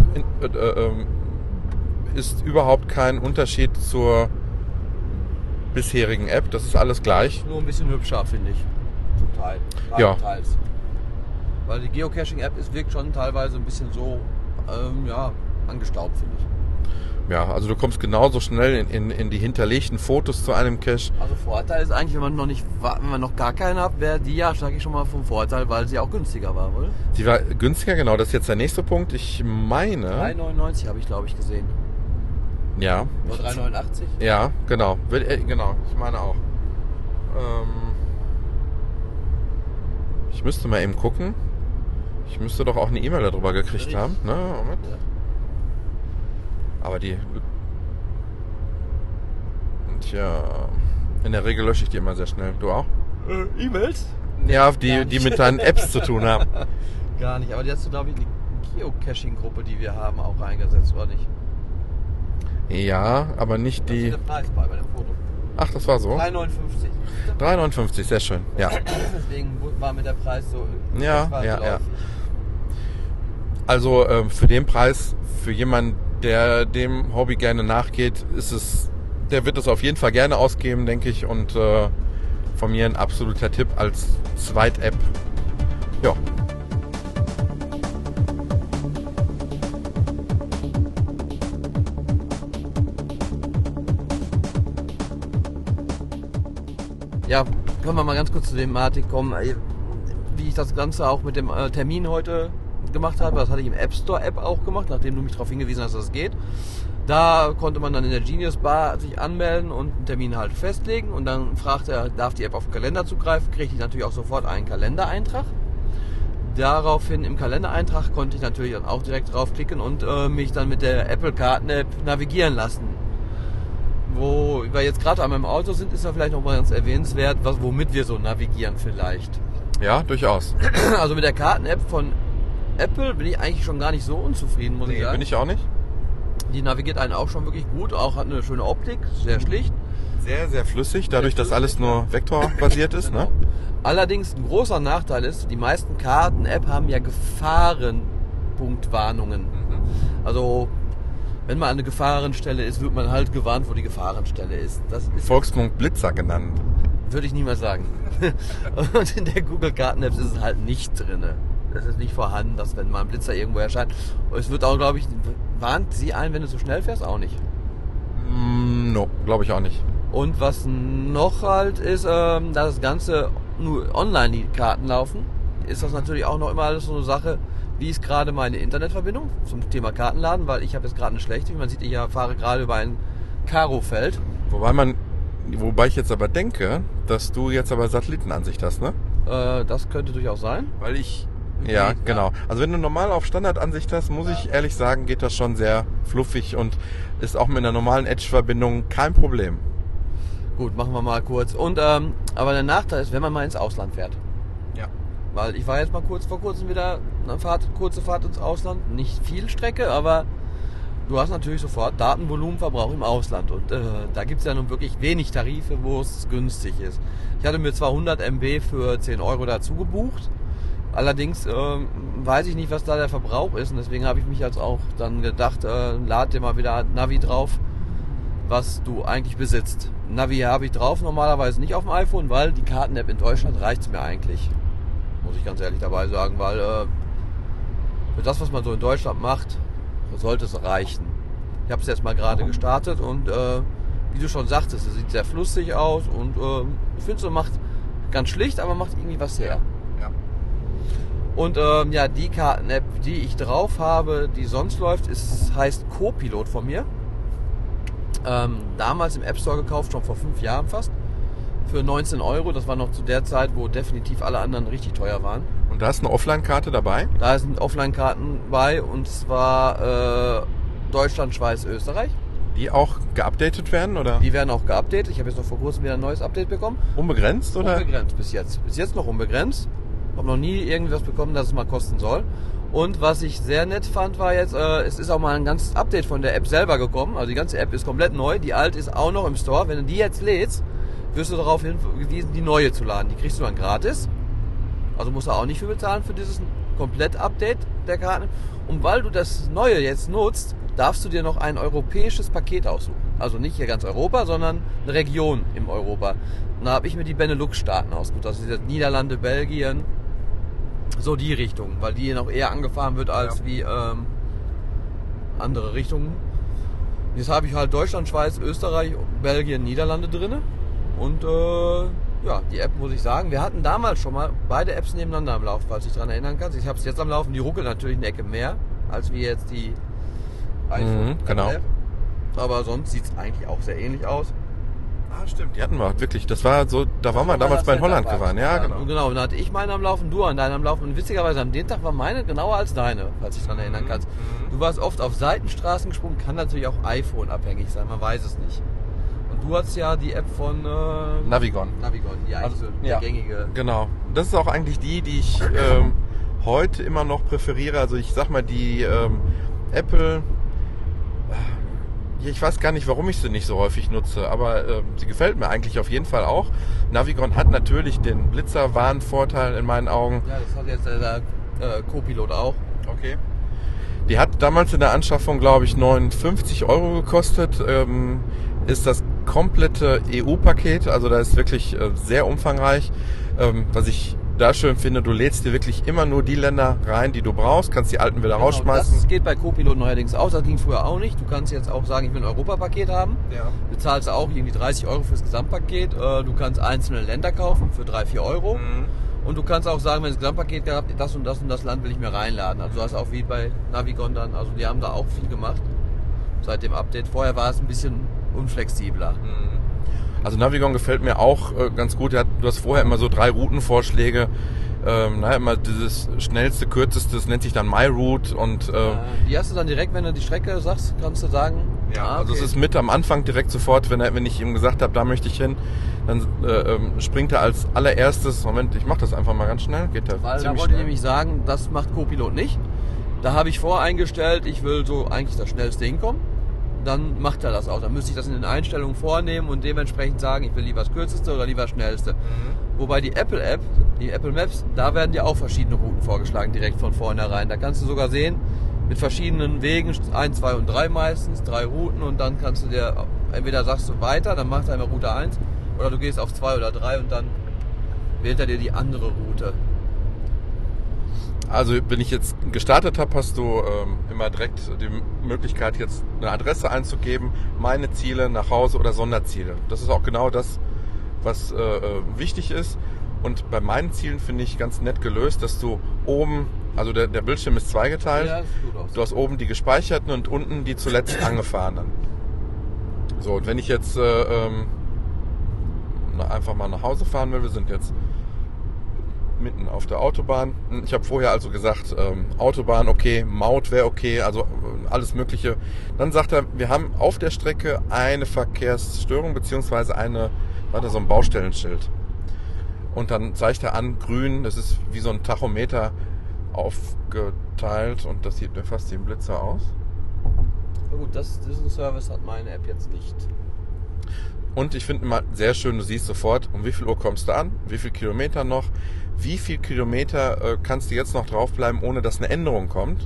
ist überhaupt kein Unterschied zur bisherigen App. Das ist alles gleich. Nur ein bisschen hübscher, finde ich. Zum Teil. Ja. Teils. Weil die Geocaching-App wirkt schon teilweise ein bisschen so, angestaubt, finde ich. Ja, also du kommst genauso schnell in die hinterlegten Fotos zu einem Cache. Also Vorteil ist eigentlich, wenn man noch gar keinen hat, wäre die ja, sage ich schon mal, vom Vorteil, weil sie auch günstiger war, oder? Sie war günstiger, genau, das ist jetzt der nächste Punkt. Ich meine... 3,99 habe ich, glaube ich, gesehen. Ja. Oder 3,89? Ja, genau. Genau, ich meine auch. Ich müsste mal eben gucken. Ich müsste doch auch eine E-Mail darüber gekriegt haben. Ne? Moment. Ja. Aber die... Tja... In der Regel lösche ich die immer sehr schnell. Du auch? E-Mails? Ja, die mit deinen Apps zu tun haben. Gar nicht. Aber die hast du, glaube ich, in die Geocaching-Gruppe, die wir haben, auch reingesetzt, oder nicht? Ja, aber nicht die... Das ist der Preis bei dem Foto. Ach, das war so? 3,59. 3,59, sehr schön. Ja. Deswegen war mir der Preis so... Ja. Also für den Preis, für jemanden, der dem Hobby gerne nachgeht, der wird es auf jeden Fall gerne ausgeben, denke ich. Und von mir ein absoluter Tipp als Zweit-App. Ja. Ja, können wir mal ganz kurz zur Thematik kommen, wie ich das Ganze auch mit dem Termin heute gemacht habe. Das hatte ich im App Store App auch gemacht, nachdem du mich darauf hingewiesen hast, dass es geht. Da konnte man dann in der Genius Bar sich anmelden und einen Termin halt festlegen und dann fragte er, darf die App auf den Kalender zugreifen, kriegte ich natürlich auch sofort einen Kalendereintrag. Daraufhin im Kalendereintrag konnte ich natürlich dann auch direkt draufklicken und mich dann mit der Apple Karten App navigieren lassen. Wo wir jetzt gerade an meinem Auto sind, ist ja vielleicht noch mal ganz erwähnenswert, womit wir so navigieren vielleicht. Ja, durchaus. Also mit der Karten-App von Apple bin ich eigentlich schon gar nicht so unzufrieden, muss ich sagen. Bin ich auch nicht. Die navigiert einen auch schon wirklich gut, auch hat eine schöne Optik, sehr schlicht. Sehr, sehr flüssig, dadurch, dass alles nur vektorbasiert ist. Genau. Ne? Allerdings ein großer Nachteil ist, die meisten Karten-App haben ja Gefahrenpunktwarnungen. Also wenn man an eine Gefahrenstelle ist, wird man halt gewarnt, wo die Gefahrenstelle ist. Das ist Volksmund Blitzer genannt. Würde ich niemals sagen. Und in der Google-Karten-App ist es halt nicht drin. Es ist nicht vorhanden, dass wenn mal ein Blitzer irgendwo erscheint. Es wird auch, glaube ich, warnt sie ein, wenn du zu schnell fährst? Auch nicht. No, glaube ich auch nicht. Und was noch halt ist, da das Ganze nur online die Karten laufen, ist das natürlich auch noch immer alles so eine Sache, wie ist gerade meine Internetverbindung zum Thema Kartenladen, weil ich habe jetzt gerade eine schlechte, wie man sieht, ich fahre gerade über ein Karofeld. Wobei ich jetzt aber denke, dass du jetzt aber Satellitenansicht hast, ne? Das könnte durchaus sein. Weil ja, genau. Also wenn du normal auf Standardansicht hast, muss ich ehrlich sagen, geht das schon sehr fluffig und ist auch mit einer normalen Edge-Verbindung kein Problem. Gut, machen wir mal kurz. Und aber der Nachteil ist, wenn man mal ins Ausland fährt. Ja. Weil ich war jetzt mal vor kurzem wieder eine kurze Fahrt ins Ausland. Nicht viel Strecke, aber du hast natürlich sofort Datenvolumenverbrauch im Ausland und da gibt es ja nun wirklich wenig Tarife, wo es günstig ist. Ich hatte mir zwar 100 MB für 10 Euro dazu gebucht, allerdings weiß ich nicht, was da der Verbrauch ist und deswegen habe ich mich jetzt auch dann gedacht, lad dir mal wieder Navi drauf, was du eigentlich besitzt. Navi habe ich drauf, normalerweise nicht auf dem iPhone, weil die Karten-App in Deutschland reicht mir eigentlich. Muss ich ganz ehrlich dabei sagen, weil für das, was man so in Deutschland macht, sollte es reichen. Ich habe es jetzt mal gerade gestartet und wie du schon sagtest, es sieht sehr flussig aus und ich finde es macht ganz schlicht, aber macht irgendwie was her. Ja. Und ja, die Karten-App, die ich drauf habe, die sonst läuft, heißt Co-Pilot von mir. Damals im App Store gekauft, schon vor 5 Jahren fast. Für 19 Euro. Das war noch zu der Zeit, wo definitiv alle anderen richtig teuer waren. Und da ist eine Offline-Karte dabei? Da sind Offline-Karten bei und zwar Deutschland, Schweiz, Österreich. Die auch geupdatet werden, oder? Die werden auch geupdatet. Ich habe jetzt noch vor kurzem wieder ein neues Update bekommen. Unbegrenzt, oder? Unbegrenzt bis jetzt. Bis jetzt noch unbegrenzt. Habe noch nie irgendwas bekommen, dass es mal kosten soll. Und was ich sehr nett fand, war jetzt, es ist auch mal ein ganzes Update von der App selber gekommen. Also die ganze App ist komplett neu. Die alte ist auch noch im Store. Wenn du die jetzt lädst, wirst du darauf hingewiesen, die neue zu laden. Die kriegst du dann gratis. Also musst du auch nicht für bezahlen für dieses Komplett-Update der Karten. Und weil du das Neue jetzt nutzt, darfst du dir noch ein europäisches Paket aussuchen. Also nicht hier ganz Europa, sondern eine Region im Europa. Und da habe ich mir die Benelux-Staaten ausgesucht. Das sind jetzt Niederlande, Belgien, so die Richtung, weil die noch eher angefahren wird als wie andere Richtungen. Jetzt habe ich halt Deutschland, Schweiz, Österreich, Belgien, Niederlande drinne. Und ja, die App muss ich sagen, wir hatten damals schon mal beide Apps nebeneinander am Laufen, falls du dich daran erinnern kannst. Ich habe es jetzt am Laufen, die ruckelt natürlich eine Ecke mehr, als wie jetzt die iPhone. Genau. App. Aber sonst sieht es eigentlich auch sehr ähnlich aus. Ah, stimmt. Die hatten wir wirklich. Das war so, da waren wir damals bei Holland gefahren. Ja, genau. Und genau, und da hatte ich meine am Laufen, du an deinen am Laufen. Und witzigerweise an dem Tag war meine genauer als deine, falls du dich daran erinnern kannst. Du warst oft auf Seitenstraßen gesprungen, kann natürlich auch iPhone abhängig sein, man weiß es nicht. Und du hast ja die App von Navigon. Navigon, die eigentlich so die gängige. Genau. Das ist auch eigentlich die ich heute immer noch präferiere. Also ich sag mal, die Apple, ich weiß gar nicht, warum ich sie nicht so häufig nutze, aber sie gefällt mir eigentlich auf jeden Fall auch. Navigon hat natürlich den Blitzerwarnvorteil in meinen Augen. Ja, das hat jetzt der Co-Pilot auch. Okay. Die hat damals in der Anschaffung, glaube ich, 59 Euro gekostet. Ist das komplette EU-Paket, also da ist wirklich sehr umfangreich. Was ich da schön finde, du lädst dir wirklich immer nur die Länder rein, die du brauchst, kannst die alten wieder rausschmeißen. Das geht bei Co-Pilot neuerdings auch, das ging früher auch nicht. Du kannst jetzt auch sagen, ich will ein Europapaket haben. Ja. Du zahlst auch irgendwie 30 Euro fürs Gesamtpaket. Du kannst einzelne Länder kaufen für 3-4 Euro. Und du kannst auch sagen, wenn das Gesamtpaket gehabt, das und das Land will ich mir reinladen. Also du hast auch wie bei Navigon dann, also die haben da auch viel gemacht seit dem Update. Vorher war es ein bisschen unflexibler. Also Navigon gefällt mir auch ganz gut. Du hast vorher immer so 3 Routenvorschläge. Immer dieses schnellste, kürzeste, das nennt sich dann MyRoute. Und die hast du dann direkt, wenn du die Strecke sagst, kannst du sagen. Ja, okay. Also es ist mit am Anfang direkt sofort, wenn ich ihm gesagt habe, da möchte ich hin, dann springt er als allererstes. Moment, ich mache das einfach mal ganz schnell. Geht Weil da wollte ich nämlich sagen, das macht Co-Pilot nicht. Da habe ich voreingestellt, ich will so eigentlich das schnellste hinkommen. Dann macht er das auch. Dann müsste ich das in den Einstellungen vornehmen und dementsprechend sagen, ich will lieber das kürzeste oder lieber das schnellste. Wobei die Apple App, die Apple Maps, da werden dir auch verschiedene Routen vorgeschlagen, direkt von vornherein. Da kannst du sogar sehen, mit verschiedenen Wegen, 1, 2 und 3 meistens, 3 Routen und dann kannst du dir, entweder sagst du weiter, dann macht er einmal Route 1 oder du gehst auf 2 oder 3 und dann wählt er dir die andere Route. Also wenn ich jetzt gestartet habe, hast du immer direkt die Möglichkeit, jetzt eine Adresse einzugeben, meine Ziele, nach Hause oder Sonderziele. Das ist auch genau das, was wichtig ist. Und bei meinen Zielen finde ich ganz nett gelöst, dass du oben, also der Bildschirm ist zweigeteilt, ja, das sieht gut aus. Du hast oben die gespeicherten und unten die zuletzt angefahrenen. So, und wenn ich jetzt einfach mal nach Hause fahren will, wir sind jetzt mitten auf der Autobahn. Ich habe vorher also gesagt, Autobahn okay, Maut wäre okay, also alles Mögliche. Dann sagt er, wir haben auf der Strecke eine Verkehrsstörung beziehungsweise so ein Baustellenschild. Und dann zeigt er an, grün, das ist wie so ein Tachometer aufgeteilt und das sieht mir fast wie ein Blitzer aus. Na gut, diesen Service hat meine App jetzt nicht. Und ich finde immer sehr schön, du siehst sofort, um wie viel Uhr kommst du an, wie viel Kilometer noch, wie viel Kilometer kannst du jetzt noch draufbleiben, ohne dass eine Änderung kommt.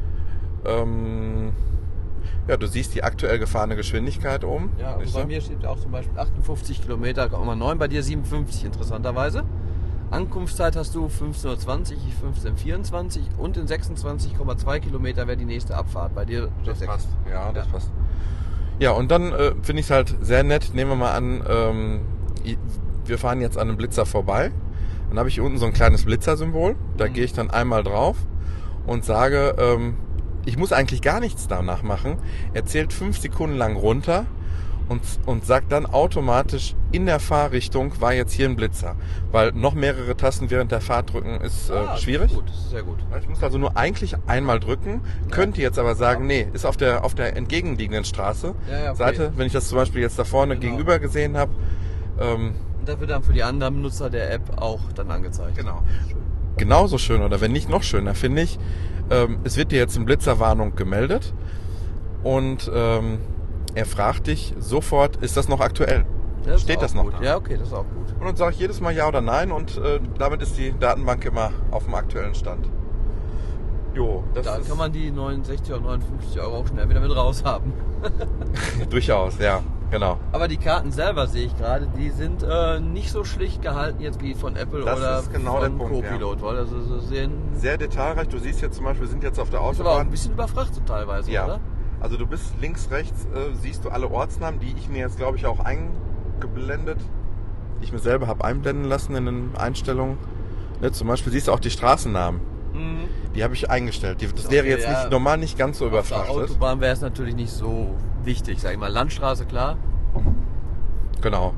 Ja, du siehst die aktuell gefahrene Geschwindigkeit oben. Ja, und bei mir steht auch zum Beispiel 58 Kilometer, 9, bei dir 57 interessanterweise. Ankunftszeit hast du 15:20, ich 15:24 und in 26,2 Kilometer wäre die nächste Abfahrt. Bei dir das passt. Ja, das passt. Ja, und dann finde ich es halt sehr nett. Nehmen wir mal an, wir fahren jetzt an einem Blitzer vorbei. Dann habe ich hier unten so ein kleines Blitzersymbol. Da gehe ich dann einmal drauf und sage, ich muss eigentlich gar nichts danach machen. Er zählt 5 Sekunden lang runter und sagt dann automatisch, in der Fahrrichtung war jetzt hier ein Blitzer. Weil noch mehrere Tasten während der Fahrt drücken ist schwierig. Gut, das ist sehr gut. Ich muss also nur eigentlich einmal drücken, könnte jetzt aber sagen, nee, ist auf der entgegenliegenden Straße, okay. Seite, wenn ich das zum Beispiel jetzt da vorne gegenüber gesehen habe. Und das wird dann für die anderen Nutzer der App auch dann angezeigt. Genau. Genauso schön oder wenn nicht noch schöner, finde ich, es wird dir jetzt eine Blitzerwarnung gemeldet und er fragt dich sofort, ist das noch aktuell? Das Steht das noch gut. da? Ja, okay, das ist auch gut. Und dann sage ich jedes Mal ja oder nein und damit ist die Datenbank immer auf dem aktuellen Stand. Jo, da kann man die 69 oder 59 Euro auch schnell wieder mit raus haben. Durchaus, ja, genau. Aber die Karten selber sehe ich gerade, die sind nicht so schlicht gehalten jetzt wie von Apple das oder ist genau von der Punkt, Copilot. Ja. Also so sehen sehr detailreich. Du siehst jetzt zum Beispiel, wir sind jetzt auf der Autobahn. Ist aber auch ein bisschen überfrachtet teilweise, ja. Oder? Also du bist links, rechts, siehst du alle Ortsnamen, die ich mir jetzt glaube ich auch eingeblendet. Ich mir selber habe einblenden lassen in den Einstellungen. Ne, zum Beispiel siehst du auch die Straßennamen. Mhm. Die habe ich eingestellt. Das wäre jetzt nicht normal nicht ganz so überfrachtet. Auf der Autobahn wäre es natürlich nicht so wichtig, sag ich mal. Landstraße, klar. Genau.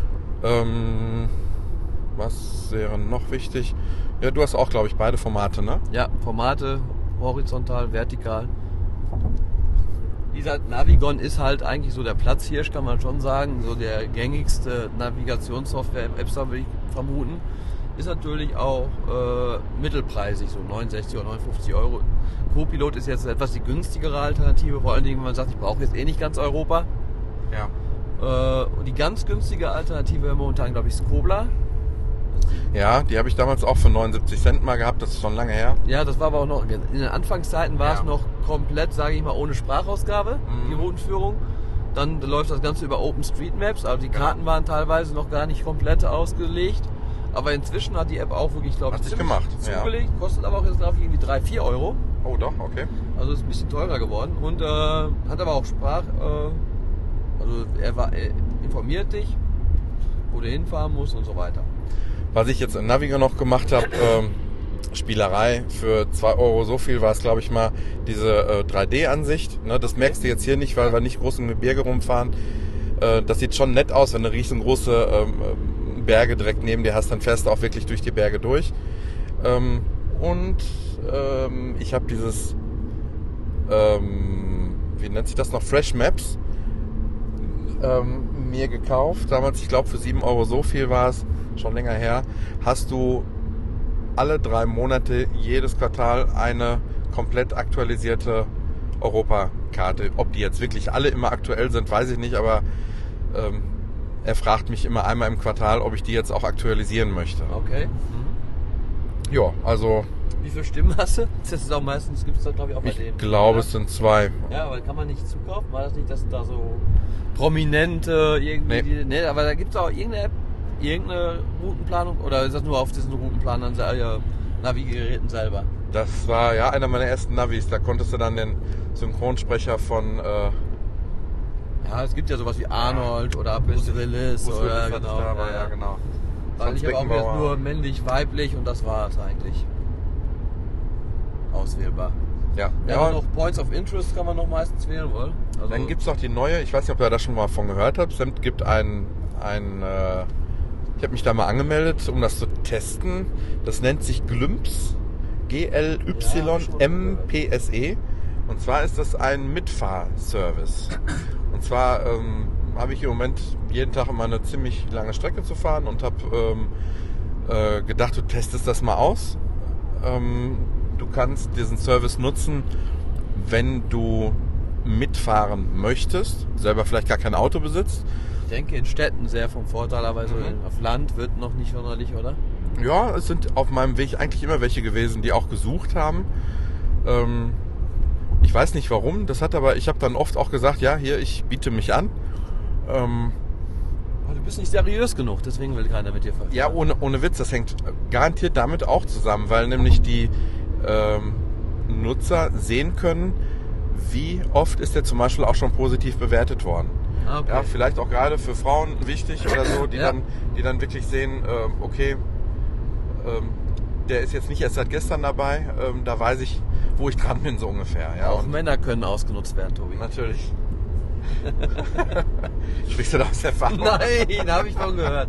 Was wäre noch wichtig? Ja, du hast auch, glaube ich, beide Formate, ne? Ja, Formate, horizontal, vertikal. Wie gesagt, Navigon ist halt eigentlich so der Platzhirsch, kann man schon sagen. So der gängigste Navigationssoftware im App Store, würde ich vermuten. Ist natürlich auch mittelpreisig, so 69 oder 59 Euro. Copilot ist jetzt etwas die günstigere Alternative, vor allen Dingen, wenn man sagt, ich brauche jetzt eh nicht ganz Europa. Ja. Und die ganz günstige Alternative wäre momentan, glaube ich, Skobla. Ja, die habe ich damals auch für 79 Cent mal gehabt, das ist schon lange her. Ja, das war aber auch noch, in den Anfangszeiten war es noch komplett, sage ich mal, ohne Sprachausgabe, die Routenführung. Dann läuft das Ganze über OpenStreetMaps, also die Karten waren teilweise noch gar nicht komplett ausgelegt. Aber inzwischen hat die App auch wirklich, glaube ich, ziemlich zugelegt. Ja. Kostet aber auch jetzt, glaube ich, irgendwie 3-4 Euro. Oh doch, okay. Also ist ein bisschen teurer geworden. Und hat aber auch also er informiert dich, wo du hinfahren musst und so weiter. Was ich jetzt in Navigo noch gemacht habe, Spielerei für 2 Euro, so viel war es, glaube ich mal, diese 3D-Ansicht. Ne, das merkst du jetzt hier nicht, weil wir nicht groß im Gebirge rumfahren. Das sieht schon nett aus, wenn du riesengroße Berge direkt neben dir hast, dann fährst du auch wirklich durch die Berge durch. Ich habe dieses, wie nennt sich das noch, Fresh Maps mir gekauft. Damals, ich glaube für 7 Euro, so viel war es, schon länger her, hast du alle 3 Monate jedes Quartal eine komplett aktualisierte Europakarte. Ob die jetzt wirklich alle immer aktuell sind, weiß ich nicht, aber er fragt mich immer einmal im Quartal, ob ich die jetzt auch aktualisieren möchte. Okay. Ja, also... Wie viele Stimmen hast du? Das ist auch meistens, gibt es da glaube ich auch bei denen. Ich glaube, es sind 2. Ja, aber kann man nicht zukaufen? War das nicht, dass da so Prominente irgendwie... Nee, aber da gibt es auch irgendeine Routenplanung, oder ist das nur auf diesen Routenplanern, Navigeräten selber? Das war ja einer meiner ersten Navis, da konntest du dann den Synchronsprecher von... ja, es gibt ja sowas wie Arnold oder Willis oder genau. Ja, genau. Weil ich habe auch jetzt nur männlich, weiblich und das war es eigentlich. Auswählbar. Ja. Ja, noch Points of Interest kann man noch meistens wählen, wohl. Also dann gibt es noch die neue, ich weiß nicht, ob ihr da schon mal von gehört habt, es gibt ich habe mich da mal angemeldet, um das zu testen. Das nennt sich Glymps, GLYMPSE. Und zwar ist das ein Mitfahrservice. Und zwar habe ich im Moment jeden Tag immer eine ziemlich lange Strecke zu fahren und habe gedacht, du testest das mal aus. Du kannst diesen Service nutzen, wenn du mitfahren möchtest, selber vielleicht gar kein Auto besitzt. Ich denke in Städten sehr vom Vorteil, aber so auf Land wird noch nicht sonderlich, oder? Ja, es sind auf meinem Weg eigentlich immer welche gewesen, die auch gesucht haben. Ich weiß nicht warum, ich habe dann oft auch gesagt, ja, hier, ich biete mich an. Aber du bist nicht seriös genug, deswegen will keiner mit dir fahren. Ja, ohne Witz, das hängt garantiert damit auch zusammen, weil nämlich die Nutzer sehen können, wie oft ist der zum Beispiel auch schon positiv bewertet worden. Okay. Ja, vielleicht auch gerade für Frauen wichtig oder so, die dann wirklich sehen, okay, der ist jetzt nicht erst seit gestern dabei, da weiß ich, wo ich dran bin, so ungefähr. Ja, auch Männer können ausgenutzt werden, Tobi. Natürlich. Sprichst du da aus Erfahrung? Nein, habe ich von gehört.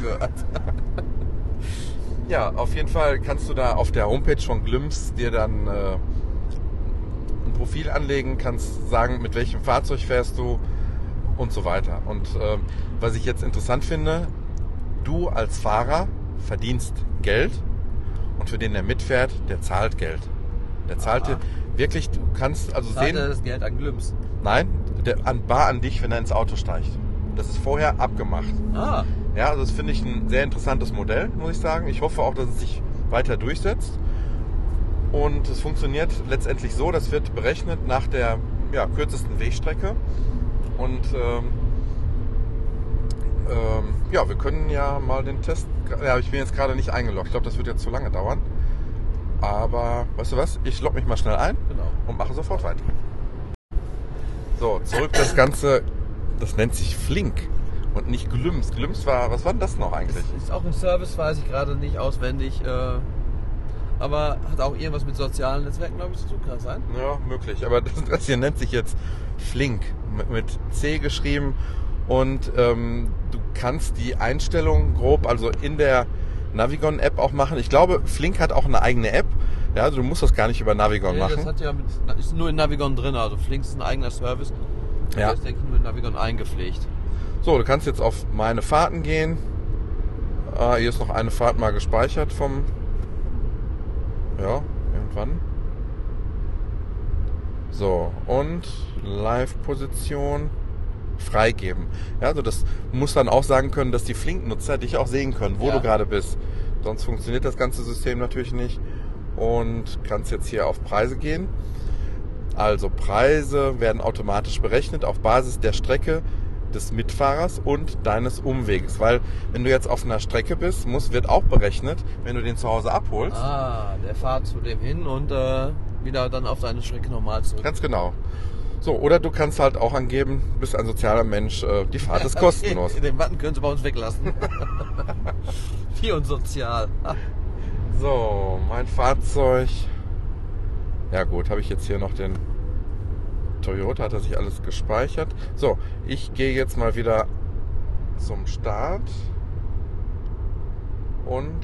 Ja, auf jeden Fall kannst du da auf der Homepage von Glimpse dir dann ein Profil anlegen, kannst sagen, mit welchem Fahrzeug fährst du und so weiter. Und was ich jetzt interessant finde, du als Fahrer verdienst Geld und für den der mitfährt, der zahlt Geld. Der zahlt dir wirklich, du kannst also zahlt sehen... er das Geld an Glimpse? Nein, bar an dich, wenn er ins Auto steigt. Das ist vorher abgemacht. Ah. Ja, also das finde ich ein sehr interessantes Modell, muss ich sagen. Ich hoffe auch, dass es sich weiter durchsetzt. Und es funktioniert letztendlich so, das wird berechnet nach der kürzesten Wegstrecke. Und wir können ja mal den Test... Ja, ich bin jetzt gerade nicht eingeloggt. Ich glaube, das wird jetzt zu lange dauern. Aber, weißt du was? Ich logge mich mal schnell ein und mache sofort weiter. So, zurück das Ganze. Das nennt sich Flink und nicht Glimpse. Glimpse was war denn das noch eigentlich? Ist auch ein Service, weiß ich gerade nicht auswendig. Aber hat auch irgendwas mit sozialen Netzwerken, glaube ich, zu tun, kann sein? Ja, möglich. Aber das hier nennt sich jetzt Flink, mit C geschrieben. Und du kannst die Einstellungen grob, also in der Navigon-App auch machen. Ich glaube, Flink hat auch eine eigene App. Ja, also du musst das gar nicht über Navigon machen. Das ist nur in Navigon drin. Also Flink ist ein eigener Service. Der ist, denke ich, nur in Navigon eingepflegt. So, du kannst jetzt auf meine Fahrten gehen. Hier ist noch eine Fahrt mal gespeichert vom... Ja, irgendwann. So, und Live-Position freigeben. Ja, also das muss dann auch sagen können, dass die Flink-Nutzer dich auch sehen können, wo du gerade bist. Sonst funktioniert das ganze System natürlich nicht. Und kannst jetzt hier auf Preise gehen. Also Preise werden automatisch berechnet auf Basis der Strecke des Mitfahrers und deines Umweges. Weil wenn du jetzt auf einer Strecke bist, wird auch berechnet, wenn du den zu Hause abholst. Der Fahrt zu dem hin und wieder dann auf deine Strecke normal zurück. Ganz genau. So, oder du kannst halt auch angeben, bist ein sozialer Mensch, die Fahrt ist kostenlos. Den Button können Sie bei uns weglassen. Wie unsozial. So, mein Fahrzeug. Ja gut, habe ich jetzt hier noch den Toyota, hat er sich alles gespeichert. So, ich gehe jetzt mal wieder zum Start und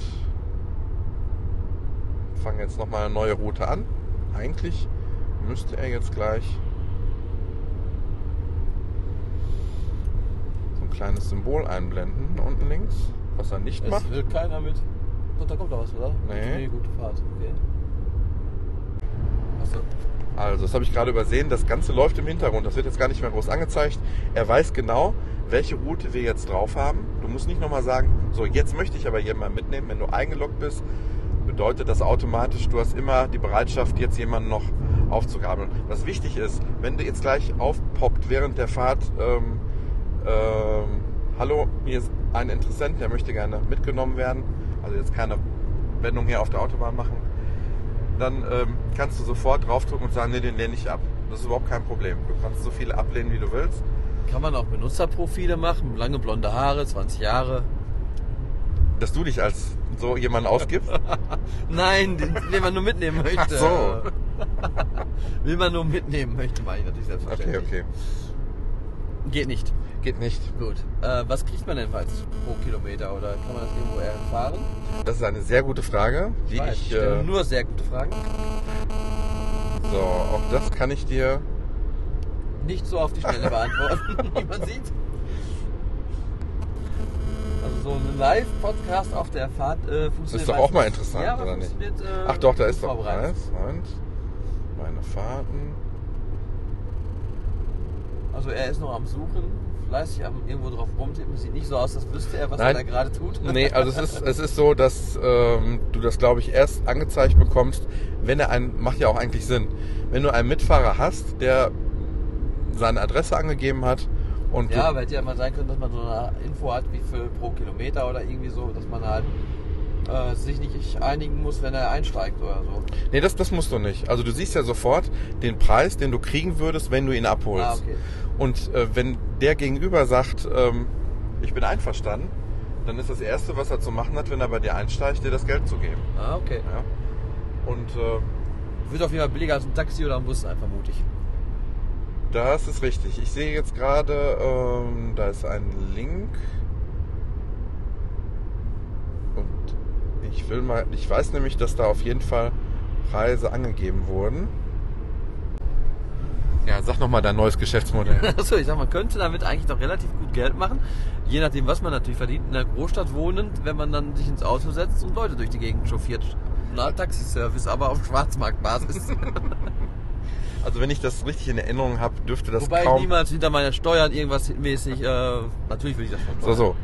fange jetzt nochmal eine neue Route an. Eigentlich müsste er jetzt gleich so ein kleines Symbol einblenden unten links, was er nicht macht. Es will keiner mit. Und da kommt doch was, oder? Nee. Gute Fahrt. Okay. Achso. Also, das habe ich gerade übersehen. Das Ganze läuft im Hintergrund. Das wird jetzt gar nicht mehr groß angezeigt. Er weiß genau, welche Route wir jetzt drauf haben. Du musst nicht nochmal sagen, so, jetzt möchte ich aber jemanden mitnehmen. Wenn du eingeloggt bist, bedeutet das automatisch, du hast immer die Bereitschaft, jetzt jemanden noch aufzugabeln. Was wichtig ist, wenn du jetzt gleich aufpoppt während der Fahrt, hallo, hier ist ein Interessent, der möchte gerne mitgenommen werden. Also jetzt keine Wendung hier auf der Autobahn machen. Dann kannst du sofort draufdrücken und sagen, nee, den lehne ich ab. Das ist überhaupt kein Problem. Du kannst so viele ablehnen, wie du willst. Kann man auch Benutzerprofile machen? Lange blonde Haare, 20 Jahre. Dass du dich als so jemanden ausgibst? Nein, den man nur mitnehmen möchte. Ach so. Will man nur mitnehmen möchte, meine ich natürlich selbstverständlich. Okay. Geht nicht. Geht nicht. Gut. Was kriegt man denn pro Kilometer oder kann man das irgendwo erfahren? Das ist eine sehr gute Frage. Ich stelle nur sehr gute Fragen. So, auch das kann ich dir nicht so auf die Schnelle beantworten, wie man sieht. Also so ein Live-Podcast auf der Fahrt funktioniert. Ist doch auch mal interessant, ja, oder nicht? Ach Ach doch, da ist doch eins. Meine Fahrten. Also er ist noch am Suchen, fleißig irgendwo drauf rumtippen. Sieht nicht so aus, als wüsste er, was Nein. er da gerade tut. Nee, also es ist so, dass du das, glaube ich, erst angezeigt bekommst, wenn macht ja auch eigentlich Sinn, wenn du einen Mitfahrer hast, der seine Adresse angegeben hat und Ja, aber hätte ja mal sein können, dass man so eine Info hat, wie viel pro Kilometer oder irgendwie so, dass man halt sich nicht einigen muss, wenn er einsteigt oder so. Nee, das musst du nicht. Also du siehst ja sofort den Preis, den du kriegen würdest, wenn du ihn abholst. Ah, okay. Und wenn der Gegenüber sagt, ich bin einverstanden, dann ist das Erste, was er zu machen hat, wenn er bei dir einsteigt, dir das Geld zu geben. Ah, okay. Ja. Und Wird auf jeden Fall billiger als ein Taxi oder ein Bus, einfach mutig. das ist richtig. Ich sehe jetzt gerade, da ist ein Link. Und ich weiß nämlich, dass da auf jeden Fall Preise angegeben wurden. Ja, sag nochmal dein neues Geschäftsmodell. Achso, ich sag, man könnte damit eigentlich doch relativ gut Geld machen. Je nachdem, was man natürlich verdient. In der Großstadt wohnend, wenn man dann sich ins Auto setzt und Leute durch die Gegend chauffiert. Na, Taxiservice, aber auf Schwarzmarktbasis. Also wenn ich das richtig in Erinnerung habe, dürfte das Wobei kaum... ich niemals hinter meiner Steuern irgendwas mäßig... natürlich will ich das schon machen. So.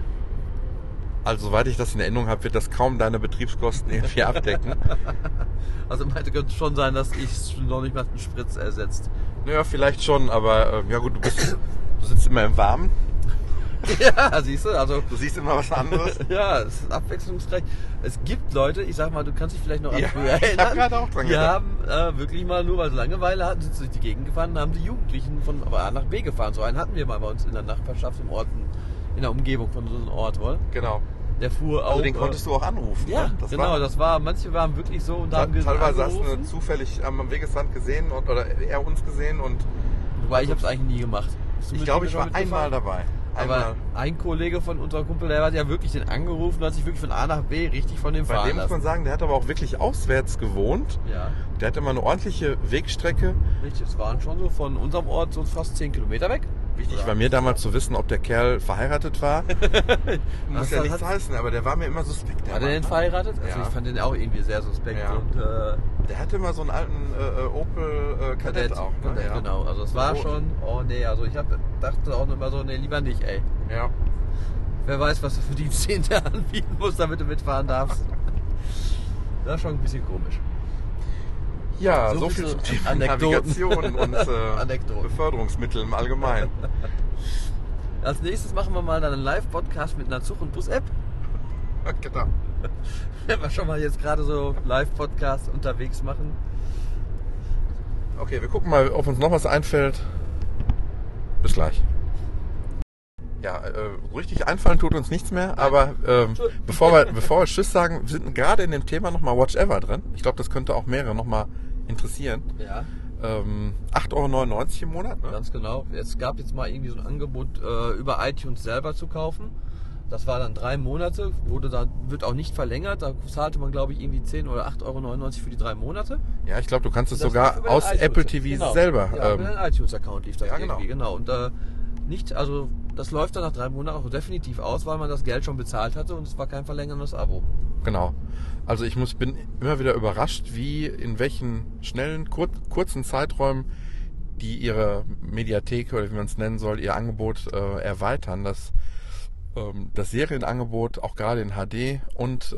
Also soweit ich das in Erinnerung habe, wird das kaum deine Betriebskosten irgendwie abdecken. Also meinte, könnte schon sein, dass ich noch nicht mal einen Spritz ersetzt. Naja, vielleicht schon, aber ja gut, du sitzt immer im Warmen. Ja, siehst du, also... Du siehst immer was anderes. Ja, es ist abwechslungsreich. Es gibt Leute, ich sag mal, du kannst dich vielleicht noch an Ja, früher ich erinnern. hab gerade auch dran die gedacht. haben wirklich mal, nur weil sie Langeweile hatten, sind sie durch die Gegend gefahren und haben die Jugendlichen von A nach B gefahren. So einen hatten wir mal bei uns in der Nachbarschaft im Ort, in der Umgebung von so einem Ort, wohl. Genau. Der fuhr auch... Also den konntest du auch anrufen. Ja, ne? genau, manche waren wirklich so und haben Teilweise hast angerufen. du zufällig am Wegesrand gesehen oder er uns gesehen und Wobei, ich habe es eigentlich nie gemacht. Bist du ich mit glaube, ihm ich schon war einmal mitgefahren? dabei. Aber ein Kollege von unserem Kumpel, der hat ja wirklich den angerufen und hat sich wirklich von A nach B richtig von dem Bei fahren dem muss man lassen. sagen, der hat aber auch wirklich auswärts gewohnt. Ja, Der hatte immer eine ordentliche Wegstrecke. richtig. Es waren schon so von unserem Ort so fast 10 Kilometer weg. Wichtig war mir damals zu wissen, ob der Kerl verheiratet war. Muss ja das nichts heißen, aber der war mir immer suspekt. War der denn verheiratet? Also Ja. ich fand den auch irgendwie sehr suspekt. Ja. Und, Der hatte immer so einen alten Opel Kadett auch. Ne? Kadett, Ja. genau. Also es war Oh. schon, oh nee, also ich dachte auch immer so, nee, lieber nicht, ey. Ja. Wer weiß, was du für Dienste hinterher anbieten musst, damit du mitfahren darfst. Das ist schon ein bisschen komisch. Ja, So so viel viel zu zum Thema Anekdoten. Navigation und Anekdoten. Beförderungsmittel im Allgemeinen. Als nächstes machen wir mal dann einen Live-Podcast mit einer Zug- und Bus-App. Genau. Wenn wir schon mal jetzt gerade so Live-Podcast unterwegs machen. Okay, wir gucken mal, ob uns noch was einfällt. Bis gleich. Ja, richtig einfallen tut uns nichts mehr, aber bevor wir Tschüss sagen, wir sind gerade in dem Thema nochmal Watch Ever drin. Ich glaube, das könnte auch mehrere nochmal interessieren. Ja, 8,99 € im Monat, ne? ganz genau. Es gab jetzt mal irgendwie so ein Angebot über iTunes selber zu kaufen. Das war dann 3 Monate, wird auch nicht verlängert. Da zahlte man, glaube ich, irgendwie 10 oder 8,99 € für die 3 Monate. Ja, ich glaube, du kannst es Das lief sogar über aus den iTunes. Apple TV Genau. selber. Ja, über den iTunes-Account lief das ja, irgendwie, genau. Und also das läuft dann nach 3 Monaten auch definitiv aus, weil man das Geld schon bezahlt hatte und es war kein verlängertes Abo. Genau. Also bin immer wieder überrascht, in welchen schnellen, kurzen Zeiträumen die ihre Mediathek oder wie man es nennen soll, ihr Angebot erweitern. Das Serienangebot, auch gerade in HD und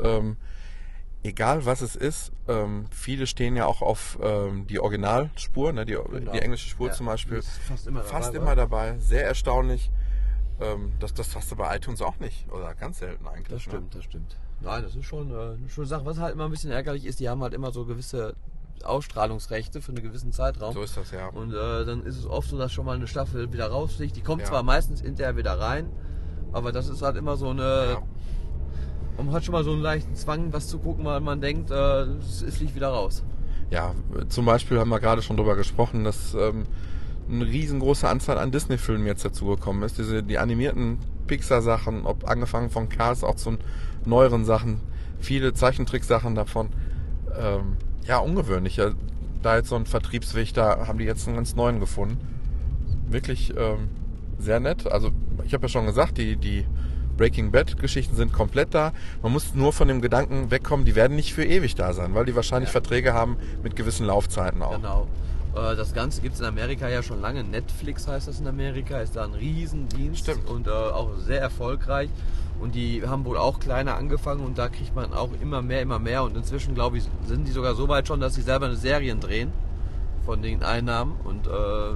egal was es ist, viele stehen ja auch auf die Originalspur, ne, die englische Spur zum Beispiel. Die ist fast Immer dabei, sehr erstaunlich. Das hast du bei iTunes auch nicht oder ganz selten eigentlich. Das stimmt, das stimmt. Nein, das ist schon eine schöne Sache. Was halt immer ein bisschen ärgerlich ist, die haben halt immer so gewisse Ausstrahlungsrechte für einen gewissen Zeitraum. So ist das, ja. Und dann ist es oft so, dass schon mal eine Staffel wieder rausfliegt. Die kommt Ja. zwar meistens hinterher wieder rein, aber das ist halt immer so eine... Ja. Man hat schon mal so einen leichten Zwang, was zu gucken, weil man denkt, es fliegt wieder raus. Ja, zum Beispiel haben wir gerade schon drüber gesprochen, dass eine riesengroße Anzahl an Disney-Filmen jetzt dazugekommen ist. Die animierten Pixar-Sachen, ob angefangen von Cars auch zu neueren Sachen, viele Zeichentricksachen davon. Ja, ungewöhnlich. Ja, da jetzt so ein Vertriebsweg, da haben die jetzt einen ganz neuen gefunden. Wirklich sehr nett. Also ich habe ja schon gesagt, die Breaking Bad Geschichten sind komplett da. Man muss nur von dem Gedanken wegkommen, die werden nicht für ewig da sein, weil die wahrscheinlich Verträge haben mit gewissen Laufzeiten auch. Genau. Das Ganze gibt es in Amerika ja schon lange. Netflix heißt das in Amerika, ist da ein Riesendienst. Stimmt. Und auch sehr erfolgreich. Und die haben wohl auch kleiner angefangen und da kriegt man auch immer mehr. Und inzwischen, glaube ich, sind die sogar so weit schon, dass sie selber eine Serie drehen von den Einnahmen. Und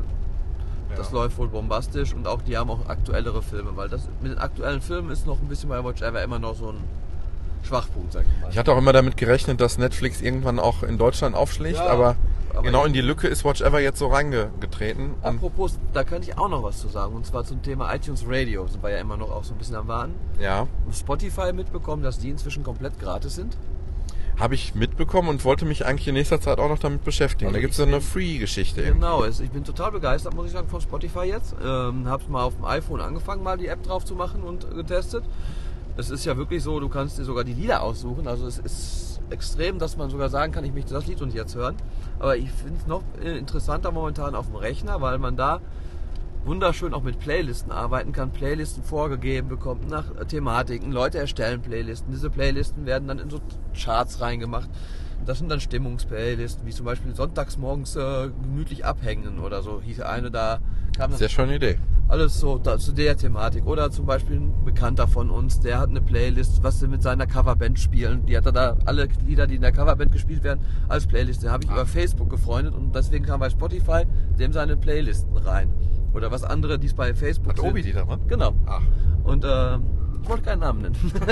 das läuft wohl bombastisch. Und auch die haben auch aktuellere Filme, weil das mit den aktuellen Filmen ist noch ein bisschen bei Watch Ever immer noch so ein Schwachpunkt, sag ich mal. Ich hatte auch immer damit gerechnet, dass Netflix irgendwann auch in Deutschland aufschlägt, aber genau in die Lücke ist Watch Ever jetzt so reingetreten. Apropos, da könnte ich auch noch was zu sagen, und zwar zum Thema iTunes Radio, sind wir ja immer noch auch so ein bisschen am Warten. Ja. Spotify mitbekommen, dass die inzwischen komplett gratis sind. Habe ich mitbekommen und wollte mich eigentlich in nächster Zeit auch noch damit beschäftigen. Also da gibt es so eine Free-Geschichte. Genau, ich bin total begeistert, muss ich sagen, von Spotify jetzt. Hab's mal auf dem iPhone angefangen, mal die App drauf zu machen und getestet. Es ist ja wirklich so, du kannst dir sogar die Lieder aussuchen. Also es ist extrem, dass man sogar sagen kann, ich möchte das Lied und jetzt hören. Aber ich finde es noch interessanter momentan auf dem Rechner, weil man da wunderschön auch mit Playlisten arbeiten kann. Playlisten vorgegeben bekommt nach Thematiken. Leute erstellen Playlisten. Diese Playlisten werden dann in so Charts reingemacht. Das sind dann Stimmungsplaylisten, wie zum Beispiel sonntags morgens gemütlich abhängen oder so. Hieß eine, da kam das. Sehr schöne Idee. Alles so zu der Thematik. Oder zum Beispiel ein Bekannter von uns, der hat eine Playlist, was sie mit seiner Coverband spielen. Die hat er da alle Lieder, die in der Coverband gespielt werden, als Playlist. Den habe ich über Facebook gefreundet und deswegen kam bei Spotify dem seine Playlisten rein. Oder was andere, die es bei Facebook Hat Obi die da drin? Genau. Ach. Und ich wollte keinen Namen nennen.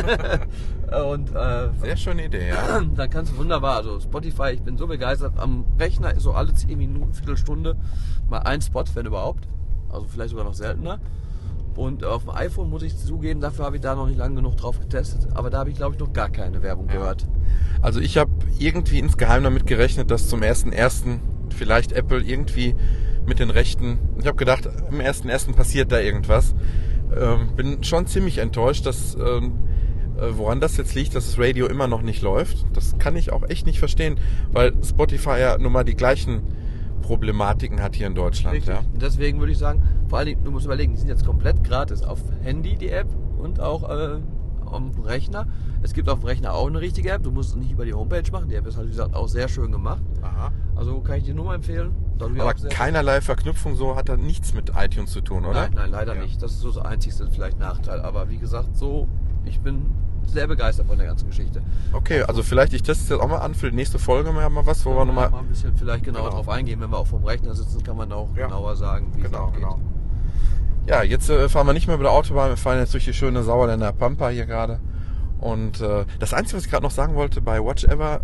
Und sehr schöne Idee, ja. dann kannst du wunderbar, also Spotify, ich bin so begeistert. Am Rechner ist so alle 10 Minuten, Viertelstunde mal ein Spot, wenn überhaupt. Also vielleicht sogar noch seltener. Und auf dem iPhone muss ich zugeben, dafür habe ich da noch nicht lange genug drauf getestet. Aber da habe ich, glaube ich, noch gar keine Werbung gehört. Also ich habe irgendwie insgeheim damit gerechnet, dass zum 1.1. vielleicht Apple irgendwie mit den Rechten... Ich habe gedacht, am 1.1. passiert da irgendwas. Bin schon ziemlich enttäuscht, dass... woran das jetzt liegt, dass das Radio immer noch nicht läuft. Das kann ich auch echt nicht verstehen, weil Spotify ja nun mal die gleichen Problematiken hat hier in Deutschland. Richtig. Ja? Und deswegen würde ich sagen, vor allen Dingen, du musst überlegen, die sind jetzt komplett gratis auf Handy, die App, und auch am Rechner. Es gibt auf dem Rechner auch eine richtige App, du musst es nicht über die Homepage machen. Die App ist halt, wie gesagt, auch sehr schön gemacht. Aha. Also kann ich dir nur mal empfehlen. Aber keinerlei Verknüpfung, so hat da nichts mit iTunes zu tun, oder? Nein, leider nicht. Das ist so das einzigste vielleicht Nachteil. Aber wie gesagt, so, ich bin sehr begeistert von der ganzen Geschichte. Okay, also vielleicht, ich teste es jetzt auch mal an für die nächste Folge mal was, wo wir nochmal ein bisschen vielleicht genauer drauf eingehen. Wenn wir auch vom Rechner sitzen, kann man auch genauer sagen, wie es geht. Genau. Ja, jetzt fahren wir nicht mehr über der Autobahn, wir fahren jetzt durch die schöne Sauerländer Pampa hier gerade. Und das Einzige, was ich gerade noch sagen wollte, bei Watch Ever,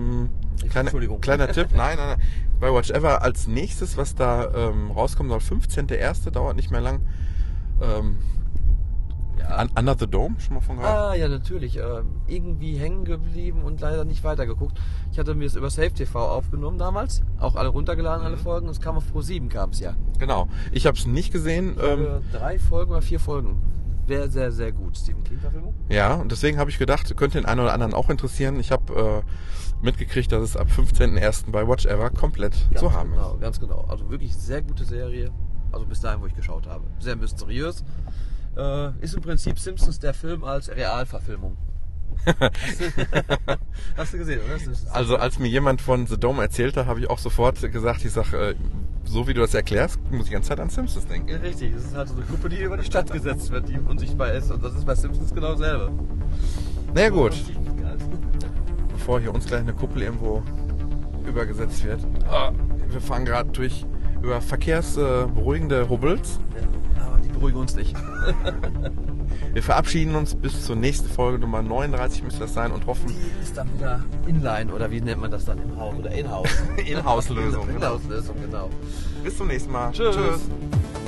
kleiner Tipp, nein, bei Watch Ever als nächstes, was da rauskommen soll, 15.01., dauert nicht mehr lang, Under the Dome, schon mal von gehört? Ah, ja, natürlich. Irgendwie hängen geblieben und leider nicht weitergeguckt. Ich hatte mir es über Safe TV aufgenommen damals, auch alle runtergeladen, alle Folgen. Es kam auf Pro7, kam es ja. Genau. Ich habe es nicht gesehen. 3 Folgen oder 4 Folgen. Wäre sehr, sehr gut. Stephen King-Verfilmung? Ja, und deswegen habe ich gedacht, könnte den einen oder anderen auch interessieren. Ich habe mitgekriegt, dass es ab 15.01. bei Watch Ever komplett zu haben ist. Ganz genau. Also wirklich sehr gute Serie. Also bis dahin, wo ich geschaut habe. Sehr mysteriös. Ist im Prinzip Simpsons der Film als Realverfilmung. Hast du gesehen, oder? Also als mir jemand von The Dome erzählte, habe ich auch sofort gesagt, ich sage, so wie du das erklärst, muss ich die ganze Zeit an Simpsons denken. Ja, richtig, das ist halt so eine Kuppe, die über die Stadt gesetzt wird, die unsichtbar ist. Und das ist bei Simpsons genau dasselbe. Na ja, gut. Bevor hier uns gleich eine Kuppel irgendwo übergesetzt wird. Wir fahren gerade über verkehrsberuhigende Hubbels. Aber die beruhigen uns nicht. Wir verabschieden uns bis zur nächsten Folge, Nummer 39 müsste das sein, und hoffen... Die ist dann wieder Inline, oder wie nennt man das dann, im Haus oder In-House? In-House-Lösung. In-House-Lösung, genau. Bis zum nächsten Mal. Tschüss.